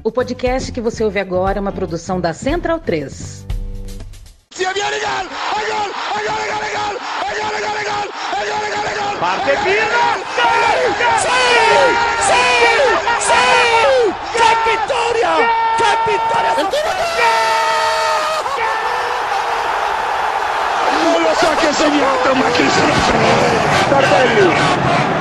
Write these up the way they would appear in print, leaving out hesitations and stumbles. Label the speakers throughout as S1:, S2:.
S1: O podcast que você ouve agora é uma produção da Central 3.
S2: Parte Pirlo!
S3: ¡Qué victoria! ¡Qué victoria!
S2: Non lo so che ha segnato, ma chi se lo frega! Tardelli!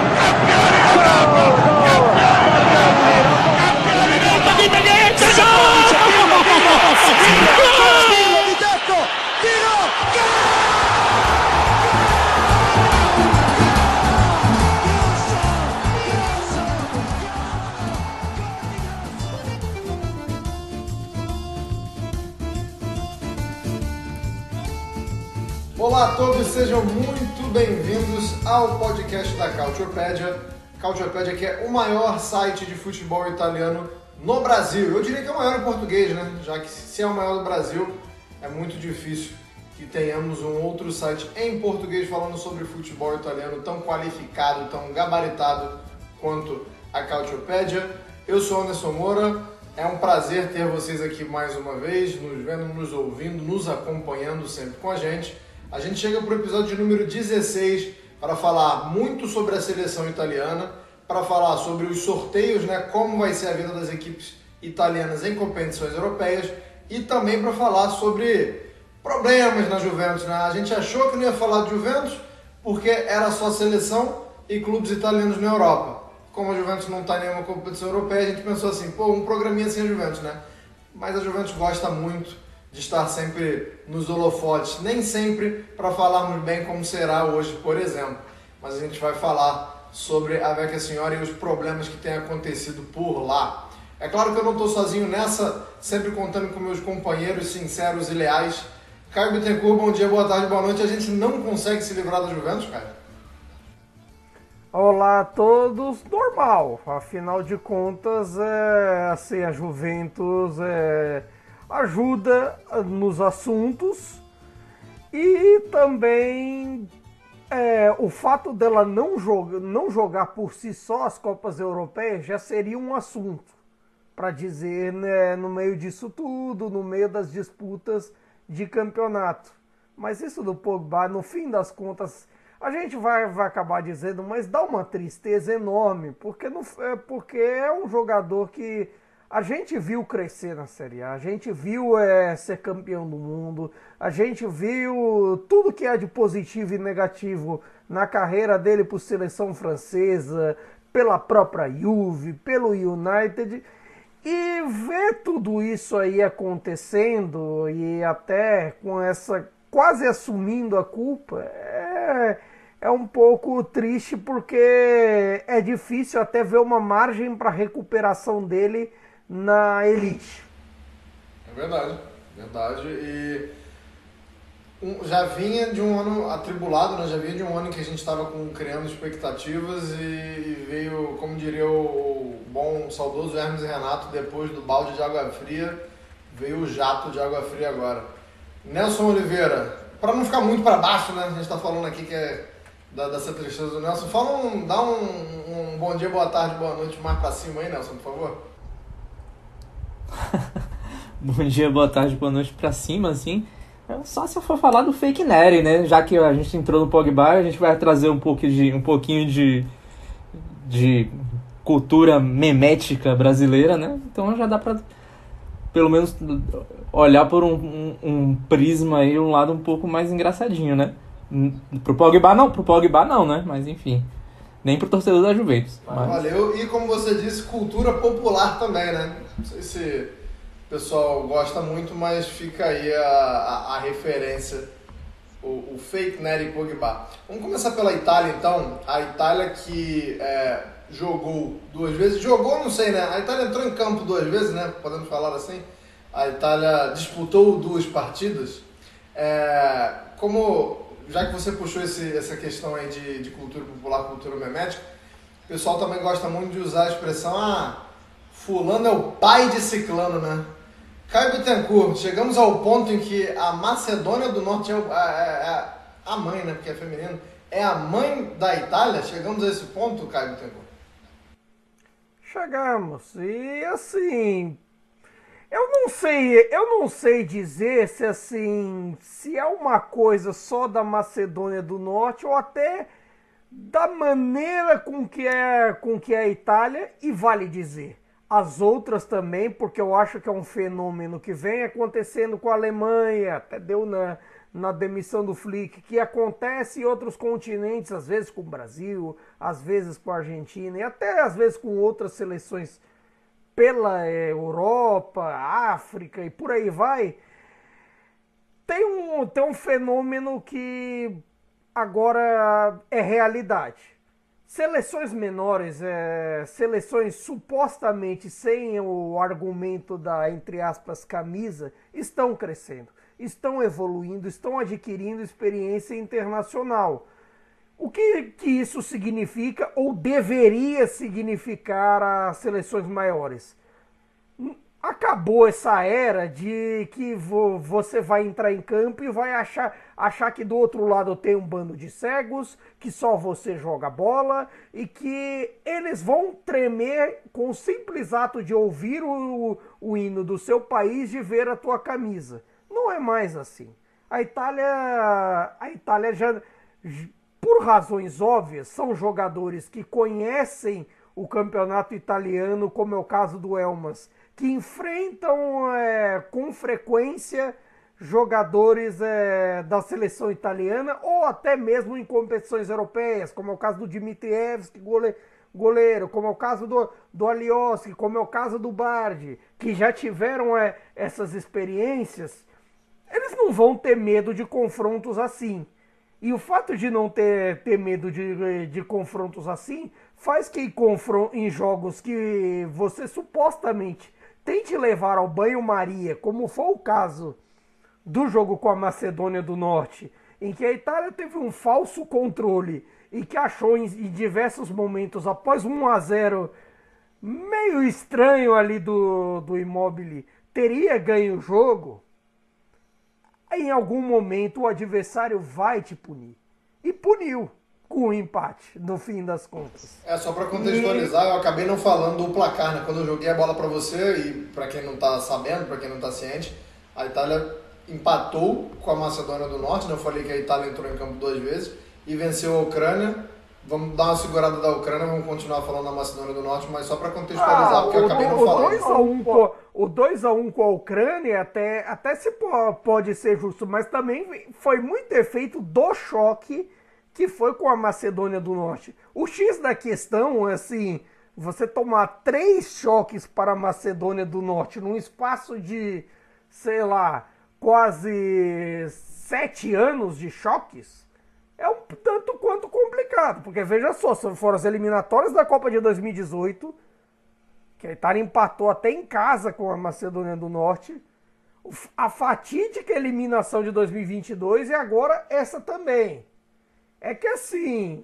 S4: Olá a todos, sejam muito bem-vindos ao podcast da Calciopédia. Calciopédia que é o maior site de futebol italiano no Brasil. Eu diria que é o maior em português, né? Já que se é o maior do Brasil, é muito difícil que tenhamos um outro site em português falando sobre futebol italiano tão qualificado, tão gabaritado quanto a Calciopédia. Eu sou Anderson Moura, é um prazer ter vocês aqui mais uma vez, nos vendo, nos ouvindo, nos acompanhando sempre com a gente. A gente chega para o episódio de número 16 para falar muito sobre a seleção italiana, para falar sobre os sorteios, né, como vai ser a vida das equipes italianas em competições europeias e também para falar sobre problemas na Juventus, né? A gente achou que não ia falar de Juventus porque era só seleção e clubes italianos na Europa. Como a Juventus não está em nenhuma competição europeia, a gente pensou assim, um programinha sem a Juventus, né? Mas a Juventus gosta muito de estar sempre nos holofotes, nem sempre para falarmos bem como será hoje, por exemplo. Mas a gente vai falar sobre a Vecchia Signora e os problemas que têm acontecido por lá. É claro que eu não estou sozinho nessa, sempre contando com meus companheiros sinceros e leais. Caio Bittencourt, bom dia, boa tarde, boa noite. A gente não consegue se livrar da Juventus, cara?
S3: Olá a todos, normal. Afinal de contas, assim, a Juventus ajuda nos assuntos e também o fato dela não jogar por si só as Copas Europeias já seria um assunto para dizer, né, no meio disso tudo, no meio das disputas de campeonato. Mas isso do Pogba, no fim das contas, a gente vai acabar dizendo, mas dá uma tristeza enorme, porque é um jogador que a gente viu crescer na Série A, a gente viu ser campeão do mundo, a gente viu tudo que é de positivo e negativo na carreira dele por seleção francesa, pela própria Juve, pelo United, e ver tudo isso aí acontecendo e até com essa quase assumindo a culpa é um pouco triste, porque é difícil até ver uma margem para recuperação dele na elite.
S4: É verdade. E já vinha de um ano atribulado, né? Já vinha de um ano em que a gente estava criando expectativas e veio, como diria o bom, saudoso Hermes e Renato, depois do balde de água fria, veio o jato de água fria agora. Nelson Oliveira, para não ficar muito para baixo, né? A gente está falando aqui que é dessa tristeza do Nelson. Dá um bom dia, boa tarde, boa noite mais para cima aí, Nelson, por favor.
S5: Bom dia, boa tarde, boa noite pra cima, assim. Só se eu for falar do fake Nery, né? Já que a gente entrou no Pogba, a gente vai trazer um pouquinho de cultura memética brasileira, né? Então já dá pra, pelo menos, olhar por um prisma aí, um lado um pouco mais engraçadinho, né? Pro Pogba não, né? Mas enfim, nem pro torcedor da Juventus. Mas...
S4: Valeu, e como você disse, cultura popular também, né? Não sei se o pessoal gosta muito, mas fica aí a referência, o fake Nery Pogba. Vamos começar pela Itália, então. A Itália que jogou duas vezes, não sei, né? A Itália entrou em campo duas vezes, né? Podemos falar assim. A Itália disputou duas partidas. Já que você puxou essa questão aí de cultura popular, cultura memética, o pessoal também gosta muito de usar a expressão fulano é o pai de ciclano, né? Caio Bittencourt, chegamos ao ponto em que a Macedônia do Norte é a mãe, né? Porque é feminino. É a mãe da Itália? Chegamos a esse ponto, Caio Bittencourt?
S3: Chegamos. E assim, Eu não sei dizer se assim, se é uma coisa só da Macedônia do Norte ou até da maneira com que é a Itália, e vale dizer, as outras também, porque eu acho que é um fenômeno que vem acontecendo com a Alemanha, até deu na demissão do Flick, que acontece em outros continentes, às vezes com o Brasil, às vezes com a Argentina e até às vezes com outras seleções pela Europa, África e por aí vai. Tem um fenômeno que agora é realidade. Seleções menores, seleções supostamente sem o argumento da, entre aspas, camisa, estão crescendo, estão evoluindo, estão adquirindo experiência internacional. O que isso significa ou deveria significar as seleções maiores? Acabou essa era de que você vai entrar em campo e vai achar que do outro lado tem um bando de cegos, que só você joga bola e que eles vão tremer com o simples ato de ouvir o hino do seu país, de ver a tua camisa. Não é mais assim. A Itália já, por razões óbvias, são jogadores que conhecem o campeonato italiano, como é o caso do Elmas, que enfrentam com frequência jogadores da seleção italiana ou até mesmo em competições europeias, como é o caso do Dimitrievski, goleiro, como é o caso do Alioski, como é o caso do Bardi, que já tiveram essas experiências. Eles não vão ter medo de confrontos assim. E o fato de não ter medo de confrontos assim faz que em jogos que você supostamente tente levar ao banho-maria, como foi o caso do jogo com a Macedônia do Norte, em que a Itália teve um falso controle e que achou em diversos momentos, após 1-0 meio estranho ali do Immobile, teria ganho o jogo, em algum momento o adversário vai te punir. E puniu com o empate, no fim das contas.
S4: Só para contextualizar, eu acabei não falando do placar, né? Quando eu joguei a bola para você, e para quem não tá sabendo, para quem não tá ciente, a Itália empatou com a Macedônia do Norte, né? Eu falei que a Itália entrou em campo 2 vezes e venceu a Ucrânia. Vamos dar uma segurada da Ucrânia, vamos continuar falando da Macedônia do Norte, mas só para contextualizar, porque eu acabei não falando.
S3: O 2-1 com a Ucrânia até se pode ser justo, mas também foi muito efeito do choque que foi com a Macedônia do Norte. O X da questão é assim, você tomar 3 choques para a Macedônia do Norte num espaço de, sei lá, quase 7 anos de choques, é um tanto quanto complicado, porque veja só, foram as eliminatórias da Copa de 2018, que a Itália empatou até em casa com a Macedônia do Norte, a fatídica eliminação de 2022 e agora essa também. É que assim,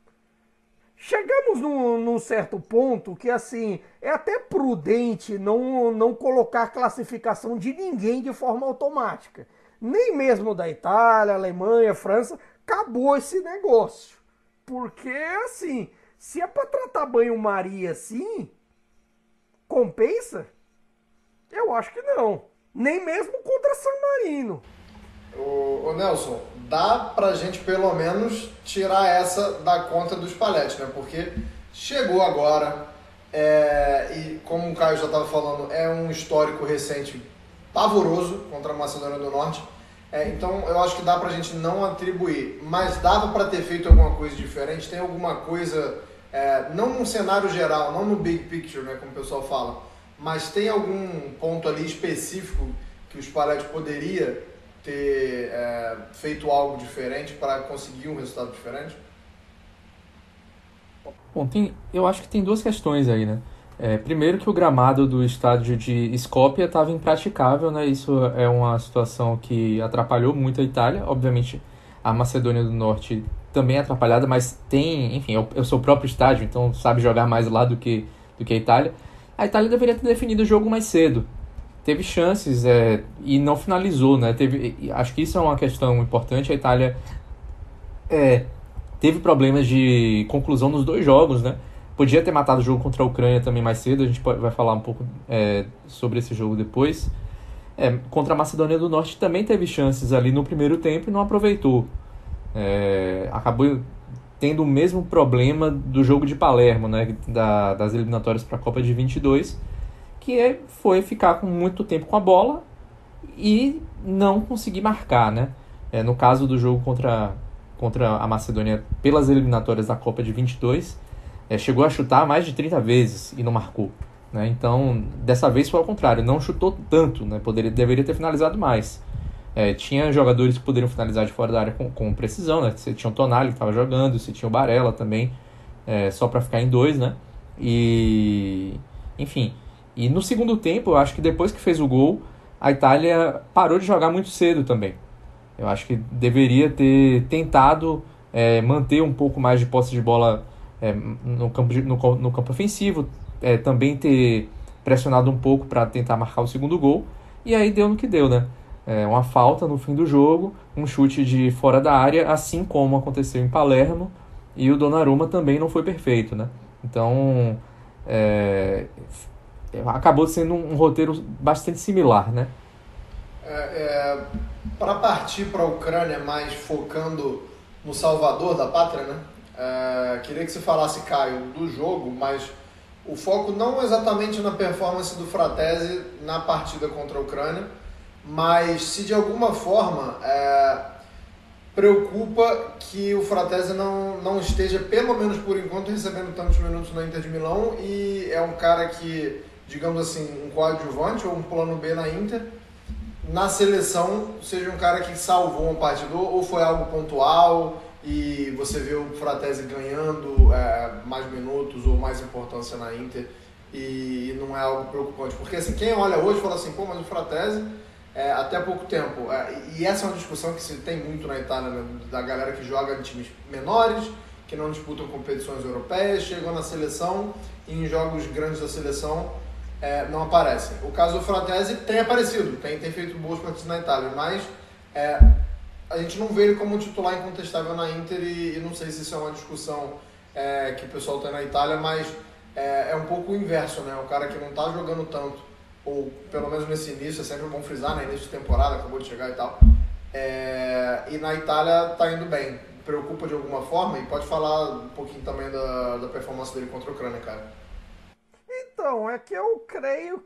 S3: chegamos num certo ponto que assim, é até prudente não colocar classificação de ninguém de forma automática. Nem mesmo da Itália, Alemanha, França, acabou esse negócio. Porque assim, se é para tratar banho-maria assim, compensa? Eu acho que não. Nem mesmo contra San Marino.
S4: Ô Nelson, dá pra gente pelo menos tirar essa da conta dos Spalletti, né? Porque chegou agora, e como o Caio já estava falando, é um histórico recente pavoroso contra a Macedônia do Norte. Então eu acho que dá pra gente não atribuir, mas dava pra ter feito alguma coisa diferente? Tem alguma coisa, não num cenário geral, não no big picture, né, como o pessoal fala, mas tem algum ponto ali específico que o Spalletti poderia ter feito algo diferente para conseguir um resultado diferente?
S5: Bom, eu acho que tem 2 questões aí, né? Primeiro que o gramado do estádio de Skopje estava impraticável, né? Isso é uma situação que atrapalhou muito a Itália. Obviamente, a Macedônia do Norte também é atrapalhada, mas enfim, é o seu próprio estádio, então sabe jogar mais lá do que a Itália. A Itália deveria ter definido o jogo mais cedo. Teve chances e não finalizou, né? Acho que isso é uma questão importante. A Itália teve problemas de conclusão nos 2 jogos, né? Podia ter matado o jogo contra a Ucrânia também mais cedo, a gente vai falar um pouco sobre esse jogo depois. Contra a Macedônia do Norte também teve chances ali no primeiro tempo e não aproveitou. Acabou tendo o mesmo problema do jogo de Palermo, né, das eliminatórias para a Copa de 22, que foi ficar com muito tempo com a bola e não conseguir marcar, né? No caso do jogo contra a Macedônia pelas eliminatórias da Copa de 22, chegou a chutar mais de 30 vezes e não marcou, né? Então, dessa vez foi ao contrário, não chutou tanto, né? Deveria ter finalizado mais. Tinha jogadores que poderiam finalizar de fora da área com precisão, né? Você tinha o Tonali que estava jogando, você tinha o Barella também, só para ficar em 2, né? Enfim, e no segundo tempo, eu acho que depois que fez o gol, a Itália parou de jogar muito cedo também. Eu acho que deveria ter tentado manter um pouco mais de posse de bola no campo ofensivo, também ter pressionado um pouco para tentar marcar o segundo gol, e aí deu no que deu, né? Uma falta no fim do jogo, um chute de fora da área, assim como aconteceu em Palermo, e o Donnarumma também não foi perfeito, né? Então, acabou sendo um roteiro bastante similar, né?
S4: Para partir para a Ucrânia, mais focando no salvador da pátria, né? Queria que você falasse, Caio, do jogo, mas o foco não exatamente na performance do Fratesi na partida contra a Ucrânia, mas se de alguma forma preocupa que o Fratesi não esteja, pelo menos por enquanto, recebendo tantos minutos na Inter de Milão, e é um cara que, digamos assim, um coadjuvante ou um plano B na Inter, na seleção, seja um cara que salvou uma partida, ou foi algo pontual e você vê o Fratesi ganhando mais minutos ou mais importância na Inter e não é algo preocupante, porque assim, quem olha hoje fala assim, mas o Fratesi até pouco tempo, e essa é uma discussão que se tem muito na Itália, né, da galera que joga em times menores, que não disputam competições europeias, chegam na seleção e em jogos grandes da seleção não aparecem. O caso do Fratesi tem aparecido, tem feito boas partidas na Itália, mas a gente não vê ele como um titular incontestável na Inter e não sei se isso é uma discussão que o pessoal tem na Itália, mas é um pouco o inverso, né? O cara que não está jogando tanto, ou pelo menos nesse início, é sempre bom frisar, né? Início de temporada, acabou de chegar e tal, e na Itália está indo bem. Preocupa de alguma forma? E pode falar um pouquinho também da performance dele contra a Ucrânia, cara.
S3: Então, é que eu creio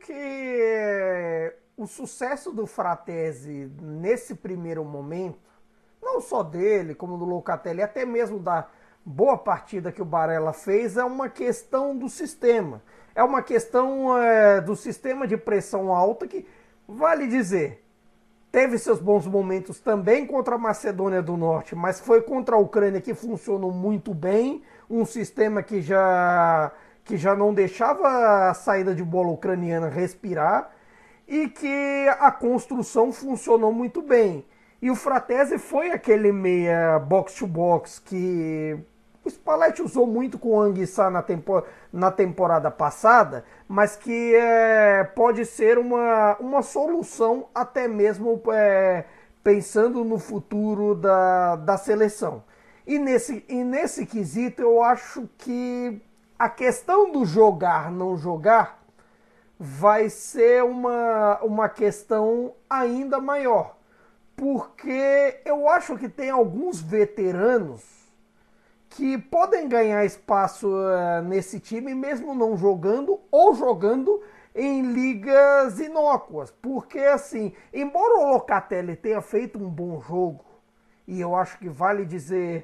S3: que o sucesso do Fratesi nesse primeiro momento, não só dele, como do Locatelli, até mesmo da boa partida que o Barella fez, é uma questão do sistema. É uma questão do sistema de pressão alta que, vale dizer, teve seus bons momentos também contra a Macedônia do Norte, mas foi contra a Ucrânia que funcionou muito bem, um sistema que já não deixava a saída de bola ucraniana respirar e que a construção funcionou muito bem. E o Fratesi foi aquele meia box-to-box que o Spalletti usou muito com o Anguissa na temporada passada, mas que pode ser uma solução até mesmo pensando no futuro da seleção. E nesse quesito eu acho que a questão do jogar, não jogar, vai ser uma questão ainda maior. Porque eu acho que tem alguns veteranos que podem ganhar espaço nesse time, mesmo não jogando, ou jogando em ligas inócuas. Porque, assim, embora o Locatelli tenha feito um bom jogo, e eu acho que vale dizer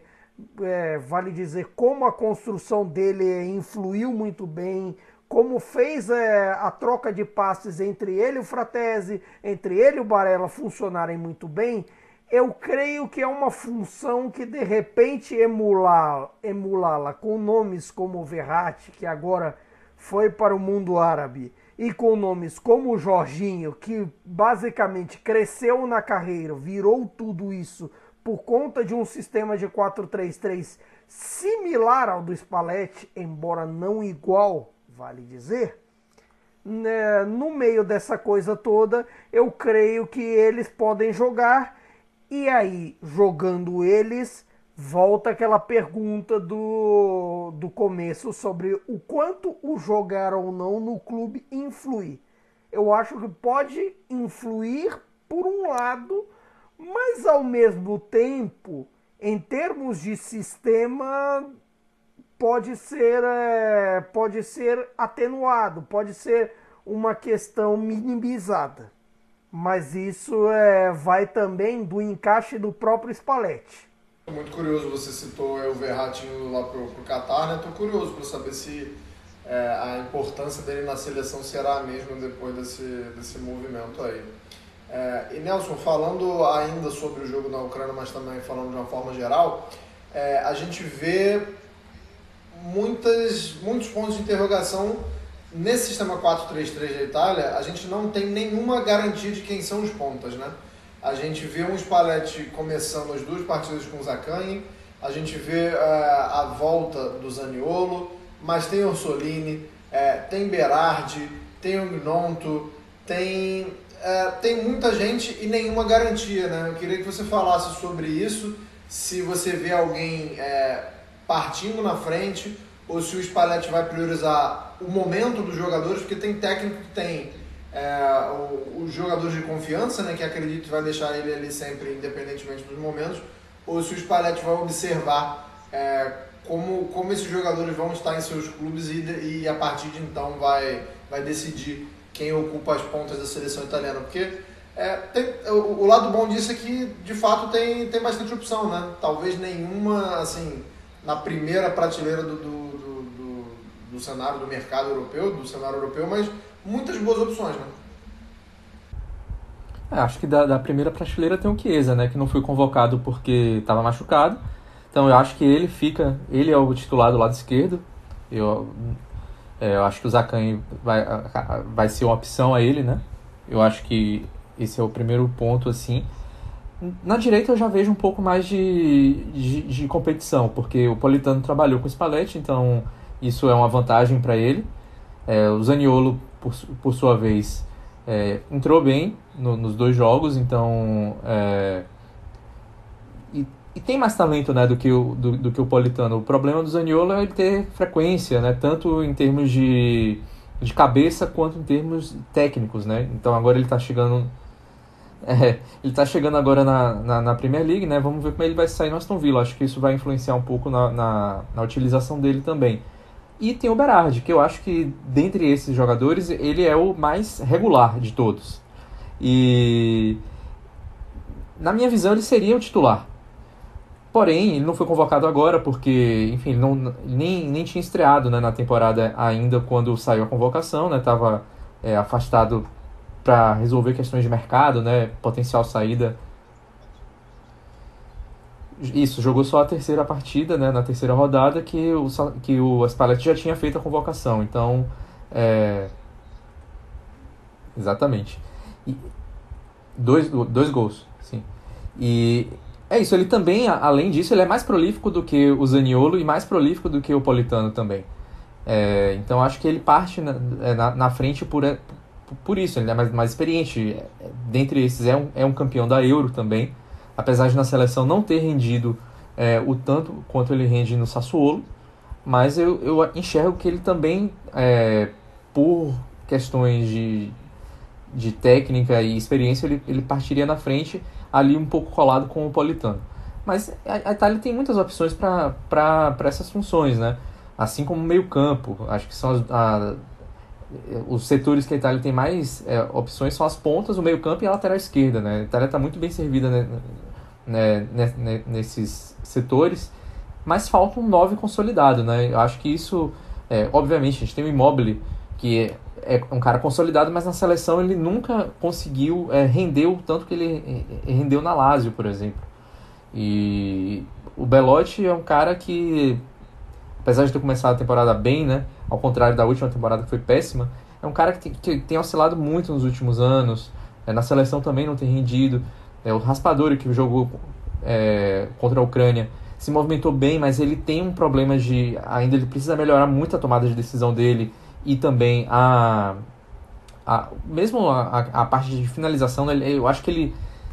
S3: como a construção dele influiu muito bem, como fez a troca de passes entre ele e o Fratesi, entre ele e o Barella funcionarem muito bem, eu creio que é uma função que de repente emulá-la com nomes como o Verratti, que agora foi para o mundo árabe, e com nomes como o Jorginho, que basicamente cresceu na carreira, virou tudo isso por conta de um sistema de 4-3-3 similar ao do Spalletti, embora não igual, vale dizer, no meio dessa coisa toda, eu creio que eles podem jogar, e aí, jogando eles, volta aquela pergunta do começo sobre o quanto o jogar ou não no clube influi. Eu acho que pode influir por um lado, mas ao mesmo tempo, em termos de sistema, pode ser atenuado, pode ser uma questão minimizada. Mas isso vai também do encaixe do próprio Spalletti.
S4: Muito curioso, você citou o Verratti indo lá pro Qatar, né? Estou curioso para saber se a importância dele na seleção será a mesma depois desse movimento aí. E Nelson, falando ainda sobre o jogo na Ucrânia, mas também falando de uma forma geral, a gente vê muitos pontos de interrogação nesse sistema 4-3-3 da Itália. A gente não tem nenhuma garantia de quem são os pontas, né? A gente vê um Spalletti começando as 2 partidas com o Zaccagni, a gente vê a volta do Zaniolo, mas tem Orsolini, tem Berardi, tem o Gnonto, tem muita gente e nenhuma garantia, né? Eu queria que você falasse sobre isso, se você vê alguém partindo na frente ou se o Spalletti vai priorizar o momento dos jogadores, porque tem técnico que tem os jogadores de confiança, né, que acredito que vai deixar ele ali sempre, independentemente dos momentos, ou se o Spalletti vai observar como esses jogadores vão estar em seus clubes e a partir de então vai decidir quem ocupa as pontas da seleção italiana, porque o lado bom disso é que de fato tem bastante opção, né? Talvez nenhuma assim na primeira prateleira do cenário do mercado europeu, do cenário europeu, mas muitas boas opções, né?
S5: Acho que da primeira prateleira tem o Chiesa, né? Que não foi convocado porque estava machucado. Então eu acho que ele é o titular do lado esquerdo. Eu acho que o Zaccagni vai ser uma opção a ele, né? Eu acho que esse é o primeiro ponto, assim. Na direita eu já vejo um pouco mais de competição, porque o Politano trabalhou com o Spalletti, então isso é uma vantagem para ele. O Zaniolo, por sua vez, entrou bem nos 2 jogos, então... E tem mais talento, né, do que o Politano. O problema do Zaniolo é ele ter frequência, né, tanto em termos de cabeça quanto em termos técnicos, né? Então agora ele está chegando... ele está chegando agora na Premier League, né? Vamos ver como ele vai sair no Aston Villa. Acho que isso vai influenciar um pouco na utilização dele também. E tem o Berardi, que eu acho que dentre esses jogadores ele é o mais regular de todos. E na minha visão ele seria o titular. Porém, ele não foi convocado agora porque, enfim, ele nem tinha estreado, né, na temporada ainda quando saiu a convocação, né? Estava afastado para resolver questões de mercado, né? Potencial saída. Isso, jogou só a terceira partida, né? Na terceira rodada que o Spalletti já tinha feito a convocação. Então, exatamente. E dois gols, sim. E é isso, ele também, além disso, ele é mais prolífico do que o Zaniolo e mais prolífico do que o Politano também. Então acho que ele parte na frente por isso, ele é mais experiente. Dentre esses é um campeão da Euro também, apesar de na seleção não ter rendido o tanto quanto ele rende no Sassuolo, mas eu enxergo que ele também, por questões de técnica e experiência, ele partiria na frente ali um pouco colado com o Politano. Mas a Itália tem muitas opções para essas funções, né? Assim como o meio-campo. Acho que são os setores que a Itália tem mais opções são as pontas, o meio-campo e a lateral esquerda, né? A Itália está muito bem servida, né, nesses setores, mas falta um 9 consolidado, né? Eu acho que isso, obviamente, a gente tem o Immobile, que é um cara consolidado, mas na seleção ele nunca conseguiu render o tanto que ele rendeu na Lazio, por exemplo. E o Belotti é um cara que, apesar de ter começado a temporada bem, né, ao contrário da última temporada que foi péssima, é um cara que tem oscilado muito nos últimos anos. Na seleção também não tem rendido. O Raspadori, que jogou contra a Ucrânia, se movimentou bem, mas ele tem um problema ainda ele precisa melhorar muito a tomada de decisão dele e também mesmo a parte de finalização. Eu acho que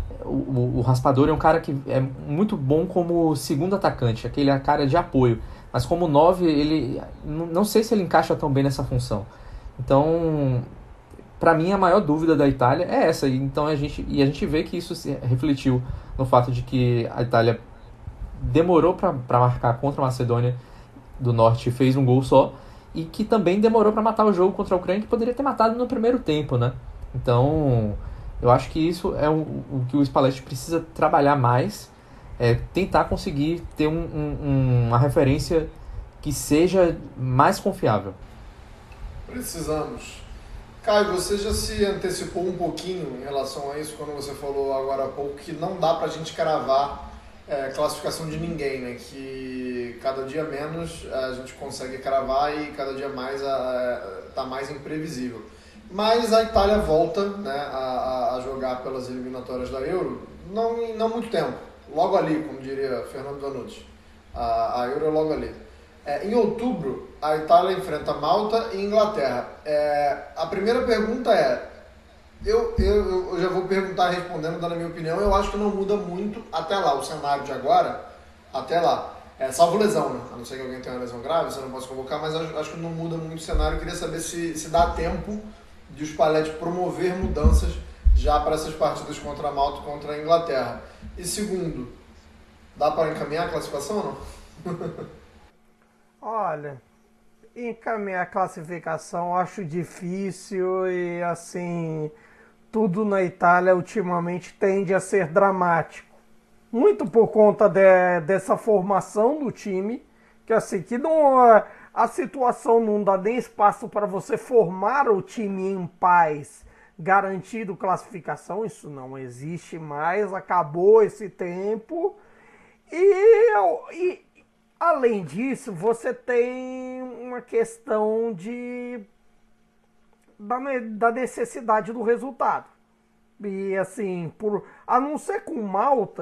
S5: O Raspadori é um cara que é muito bom como segundo atacante, aquele cara de apoio. Mas como 9, ele não sei se ele encaixa tão bem nessa função. Então, para mim, a maior dúvida da Itália é essa. Então, a gente vê que isso se refletiu no fato de que a Itália demorou para marcar contra a Macedônia do Norte e fez um gol só. E que também demorou para matar o jogo contra a Ucrânia, que poderia ter matado no primeiro tempo, né? Então, eu acho que isso é o que o Spalletti precisa trabalhar mais. Tentar conseguir ter uma referência que seja mais confiável.
S4: Precisamos. Caio, você já se antecipou um pouquinho em relação a isso quando você falou agora há pouco que não dá pra gente cravar classificação de ninguém, né? Que cada dia menos a gente consegue cravar e cada dia mais tá mais imprevisível. Mas a Itália volta, né, a jogar pelas eliminatórias da Euro não muito tempo. Logo ali, como diria Fernando Vanucci. A Euro é logo ali. Em outubro, a Itália enfrenta Malta e Inglaterra. A primeira pergunta eu já vou perguntar respondendo, dando a minha opinião. Eu acho que não muda muito até lá, o cenário de agora, até lá. Salvo lesão, né? A não ser que alguém tenha uma lesão grave, você não pode convocar, mas acho que não muda muito o cenário. Eu queria saber se dá tempo de o Spalletti promover mudanças já para essas partidas contra a Malta e contra a Inglaterra. E segundo, dá para encaminhar a classificação ou não?
S3: Olha, encaminhar a classificação acho difícil e assim, tudo na Itália ultimamente tende a ser dramático. Muito por conta dessa formação do time, que assim, que não, a situação não dá nem espaço para você formar o time em paz, garantido classificação, isso não existe mais, acabou esse tempo. E além disso, você tem uma questão da necessidade do resultado. E assim, a não ser com Malta,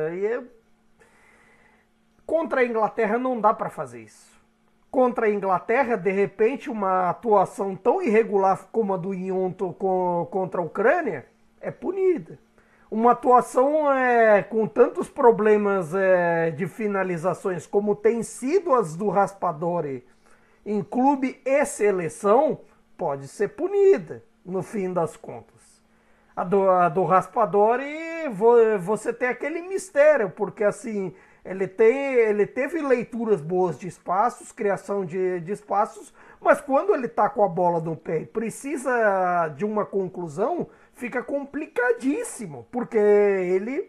S3: contra a Inglaterra não dá para fazer isso. Contra a Inglaterra, de repente, uma atuação tão irregular como a do Ionto contra a Ucrânia é punida. Uma atuação com tantos problemas de finalizações como tem sido as do Raspadori em clube e seleção, pode ser punida, no fim das contas. A do Raspadori, você tem aquele mistério, porque assim, ele teve leituras boas de espaços, criação de espaços, mas quando ele está com a bola no pé e precisa de uma conclusão, fica complicadíssimo, porque ele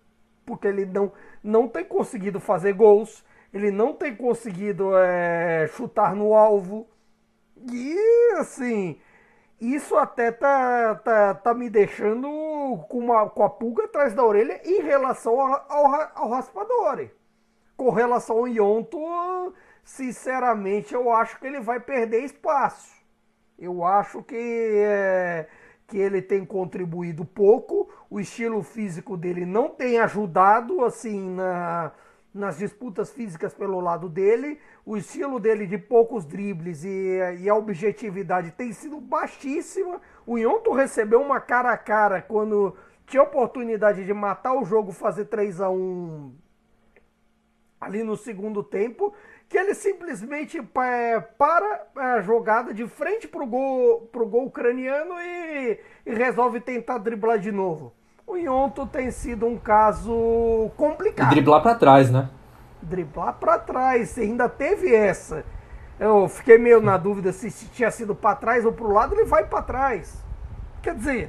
S3: não tem conseguido fazer gols, ele não tem conseguido chutar no alvo, e assim, isso até tá me deixando com a pulga atrás da orelha em relação ao Raspadori. Com relação ao Ionto, sinceramente, eu acho que ele vai perder espaço. Eu acho que ele tem contribuído pouco, o estilo físico dele não tem ajudado assim nas disputas físicas pelo lado dele, o estilo dele de poucos dribles e a objetividade tem sido baixíssima. O Ionto recebeu uma cara a cara quando tinha oportunidade de matar o jogo, fazer 3-1 ali no segundo tempo, que ele simplesmente para a jogada de frente pro gol ucraniano e resolve tentar driblar de novo. O Ionto tem sido um caso complicado.
S5: E driblar para trás, né?
S3: Driblar para trás, ainda teve essa. Eu fiquei meio na dúvida se tinha sido para trás ou para o lado, ele vai para trás. Quer dizer...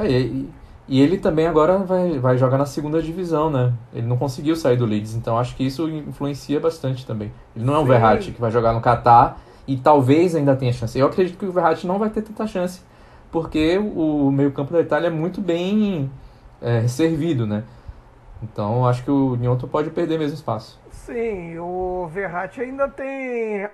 S5: E ele também agora vai jogar na segunda divisão, né? Ele não conseguiu sair do Leeds, então acho que isso influencia bastante também. Ele não é um Verratti que vai jogar no Catar e talvez ainda tenha chance. Eu acredito que o Verratti não vai ter tanta chance, porque o meio-campo da Itália é muito bem servido, né? Então acho que o Gnonto pode perder mesmo espaço.
S3: Sim, o Verratti ainda tem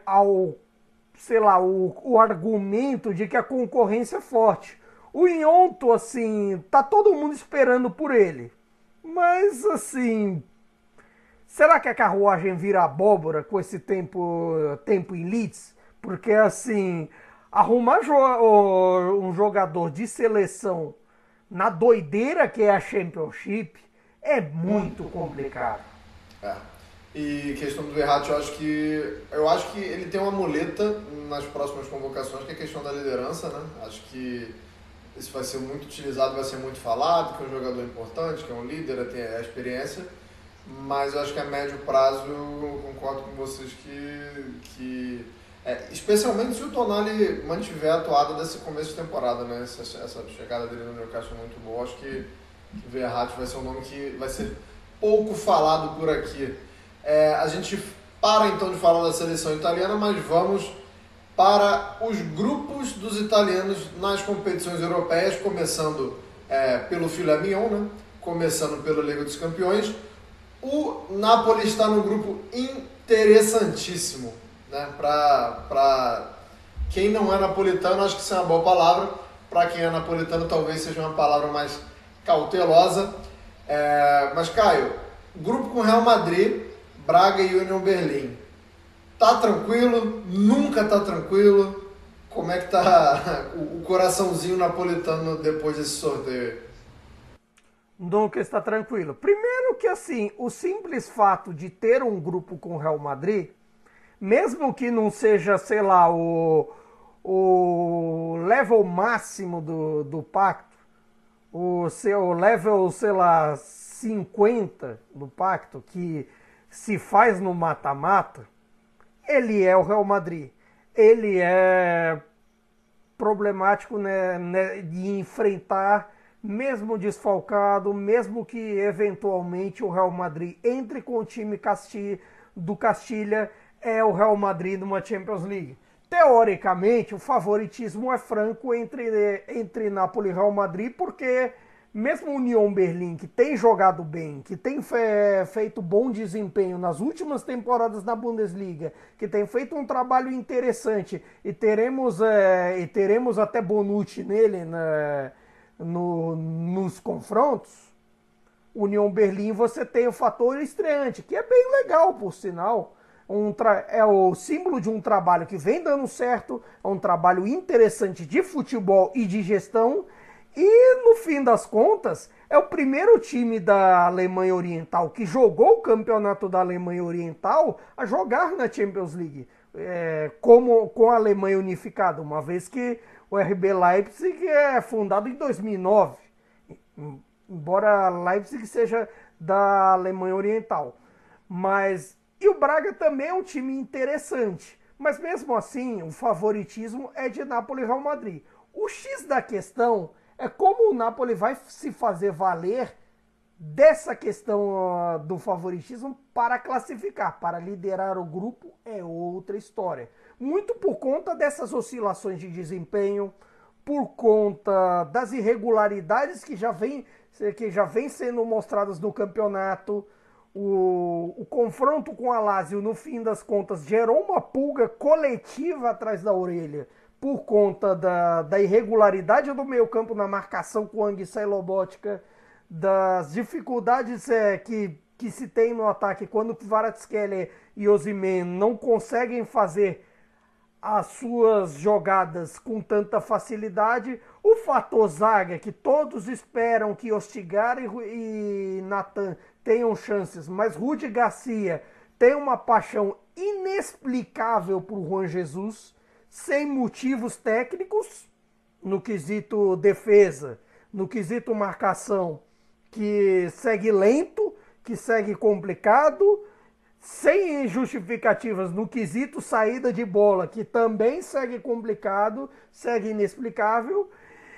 S3: o argumento de que a concorrência é forte. O Gnonto, assim, tá todo mundo esperando por ele. Mas, assim, será que a carruagem vira abóbora com esse tempo em Leeds? Porque, assim, arrumar um jogador de seleção na doideira que é a Championship, é muito complicado.
S4: E questão do Verratti, eu acho que ele tem uma muleta nas próximas convocações, que é a questão da liderança, né? Acho que isso vai ser muito utilizado, vai ser muito falado, que é um jogador importante, que é um líder, tem a experiência, mas eu acho que a médio prazo eu concordo com vocês que especialmente se o Tonali mantiver a atuada desse começo de temporada, né? Essa chegada dele no Newcastle é muito boa, acho que o Verratti vai ser um nome que vai ser pouco falado por aqui. A gente para então de falar da seleção italiana, mas vamos para os grupos dos italianos nas competições europeias, começando pelo filé mignon, né? Começando pela Liga dos Campeões. O Napoli está num grupo interessantíssimo, né? Para quem não é napolitano, acho que isso é uma boa palavra. Para quem é napolitano, talvez seja uma palavra mais cautelosa. Mas, Caio, grupo com Real Madrid, Braga e Union Berlim. Tá tranquilo? Nunca tá tranquilo? Como é que tá o coraçãozinho napolitano depois desse sorteio?
S3: Nunca está tranquilo. Primeiro que assim, o simples fato de ter um grupo com o Real Madrid, mesmo que não seja, sei lá, o level máximo do pacto, o seu level, sei lá, 50 do pacto, que se faz no mata-mata, ele é o Real Madrid. Ele é problemático, né, de enfrentar, mesmo desfalcado, mesmo que eventualmente o Real Madrid entre com o time do Castilha, é o Real Madrid numa Champions League. Teoricamente, o favoritismo é franco entre Napoli e Real Madrid, porque mesmo o Union Berlim, que tem jogado bem, que tem feito bom desempenho nas últimas temporadas na Bundesliga, que tem feito um trabalho interessante, e teremos até Bonucci nele, né, nos confrontos, Union Berlim você tem o fator estreante, que é bem legal, por sinal. É o símbolo de um trabalho que vem dando certo, é um trabalho interessante de futebol e de gestão, e no fim das contas é o primeiro time da Alemanha Oriental que jogou o campeonato da Alemanha Oriental a jogar na Champions League, com a Alemanha unificada, uma vez que o RB Leipzig é fundado em 2009, embora Leipzig seja da Alemanha Oriental. E o Braga também é um time interessante, mas mesmo assim o favoritismo é de Napoli e Real Madrid. O X da questão é como o Napoli vai se fazer valer dessa questão do favoritismo para classificar, para liderar o grupo, é outra história. Muito por conta dessas oscilações de desempenho, por conta das irregularidades que já vem sendo mostradas no campeonato. O confronto com a Lazio, no fim das contas, gerou uma pulga coletiva atrás da orelha, por conta da irregularidade do meio campo na marcação com Anguissa e Lobotka, das dificuldades que se tem no ataque quando Kvaratskhelia e Osimhen não conseguem fazer as suas jogadas com tanta facilidade, o fator zaga, que todos esperam que Ostigar e Nathan tenham chances, mas Rudi Garcia tem uma paixão inexplicável por Juan Jesus, sem motivos técnicos, no quesito defesa, no quesito marcação, que segue lento, que segue complicado, sem justificativas no quesito saída de bola, que também segue complicado, segue inexplicável,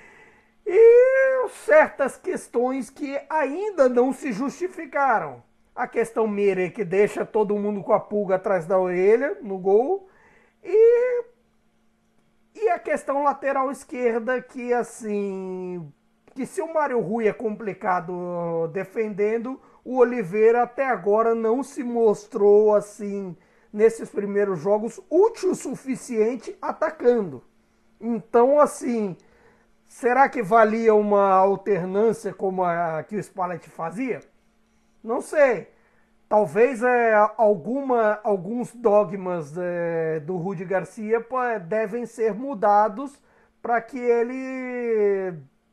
S3: e certas questões que ainda não se justificaram. A questão Meire, que deixa todo mundo com a pulga atrás da orelha no gol, e a questão lateral esquerda, que assim, que se o Mário Rui é complicado defendendo, o Oliveira até agora não se mostrou assim, nesses primeiros jogos, útil o suficiente atacando. Então, assim, será que valia uma alternância como a que o Spalletti fazia? Não sei. Talvez alguns dogmas do Rudi Garcia devem ser mudados para que ele não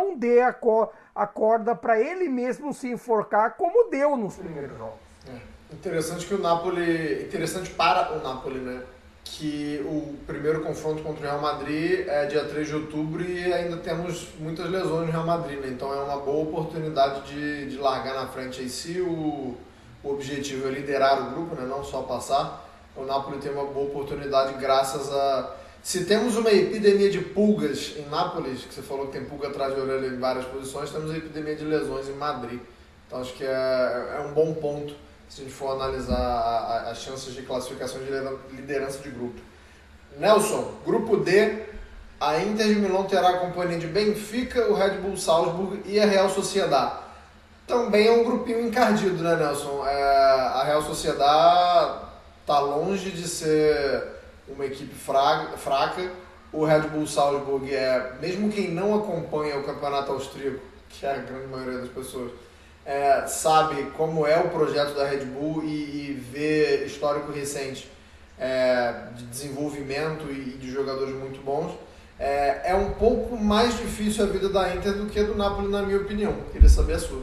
S3: não dê a corda para ele mesmo se enforcar, como deu nos primeiros jogos.
S4: Interessante para o Napoli, né? Que o primeiro confronto contra o Real Madrid é dia 3 de outubro e ainda temos muitas lesões no Real Madrid, né? Então é uma boa oportunidade de largar na frente aí. Se o objetivo é liderar o grupo, né? Não só passar, o Napoli tem uma boa oportunidade graças a... Se temos uma epidemia de pulgas em Nápoles, que você falou que tem pulga atrás de orelha em várias posições, temos a epidemia de lesões em Madrid. Então acho que é um bom ponto se a gente for analisar as chances de classificação de liderança de grupo. Nelson, grupo D, a Inter de Milão terá a companhia de Benfica, o Red Bull Salzburg e a Real Sociedad. Também é um grupinho encardido, né, Nelson? A Real Sociedad está longe de ser uma equipe fraca. O Red Bull Salzburg mesmo quem não acompanha o campeonato austríaco, que é a grande maioria das pessoas, sabe como é o projeto da Red Bull e vê histórico recente de desenvolvimento e de jogadores muito bons. É um pouco mais difícil a vida da Inter do que a do Napoli, na minha opinião. Queria saber a sua.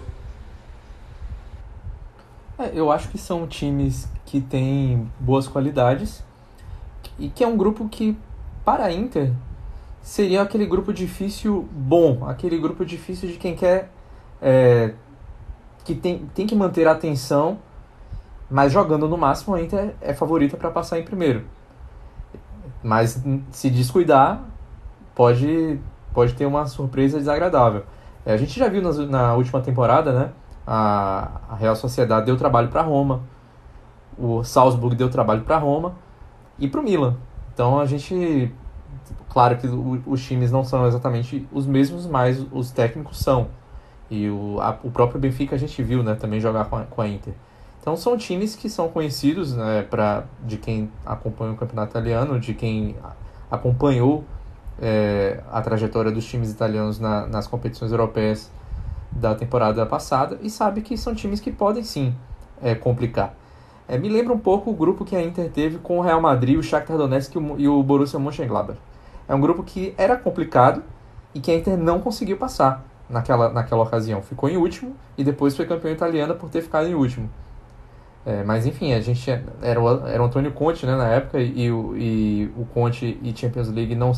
S5: Eu acho que são times que têm boas qualidades e que é um grupo que, para a Inter, seria aquele grupo difícil bom, aquele grupo difícil de quem quer... que tem que manter a atenção, mas jogando no máximo a Inter é favorita para passar em primeiro. Mas se descuidar, pode ter uma surpresa desagradável. A gente já viu na última temporada, né? A Real Sociedad deu trabalho para Roma, o Salzburg deu trabalho para Roma e para o Milan. Então a gente... Claro que os times não são exatamente os mesmos, mas os técnicos são. E o próprio Benfica a gente viu, né, também jogar com a Inter. Então são times que são conhecidos, né, de quem acompanha o campeonato italiano, de quem acompanhou a trajetória dos times italianos nas competições europeias da temporada passada e sabe que são times que podem sim complicar. Me lembra um pouco o grupo que a Inter teve com o Real Madrid, o Shakhtar Donetsk e o Borussia Mönchengladbach. É um grupo que era complicado e que a Inter não conseguiu passar naquela ocasião. Ficou em último e depois foi campeão italiano por ter ficado em último. Mas enfim, a gente era o Antônio Conte, né, na época, e o Conte e Champions League não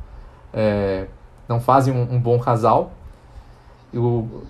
S5: fazem um bom casal. O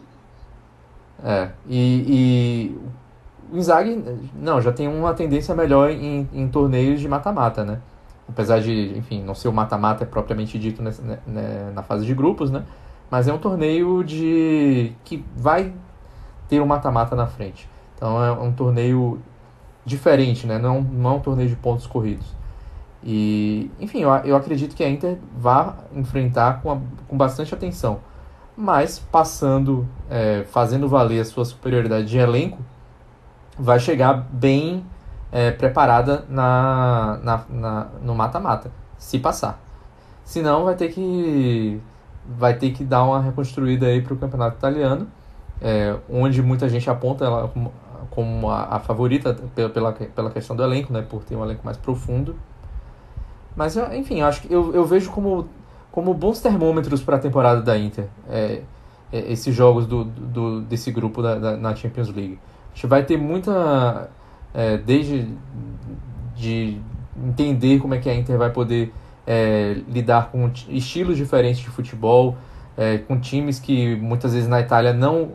S5: Inzaghi já tem uma tendência melhor em torneios de mata-mata, né? Apesar de, enfim, não ser o mata-mata propriamente dito na fase de grupos, né? Mas é um torneio que vai ter um mata-mata na frente. Então é um torneio diferente, né? Não é um torneio de pontos corridos. E, enfim, eu acredito que a Inter vai enfrentar com bastante atenção. Mas fazendo valer a sua superioridade de elenco, vai chegar bem preparada no mata-mata, se passar. Senão vai ter que dar uma reconstruída aí para o campeonato italiano, onde muita gente aponta ela como a favorita pela questão do elenco, né, por ter um elenco mais profundo. Mas, enfim, acho que eu vejo como bons termômetros para a temporada da Inter, esses jogos desse grupo na Champions League. A gente vai ter muita... desde de entender como é que a Inter vai poder lidar com estilos diferentes de futebol, com times que muitas vezes na Itália não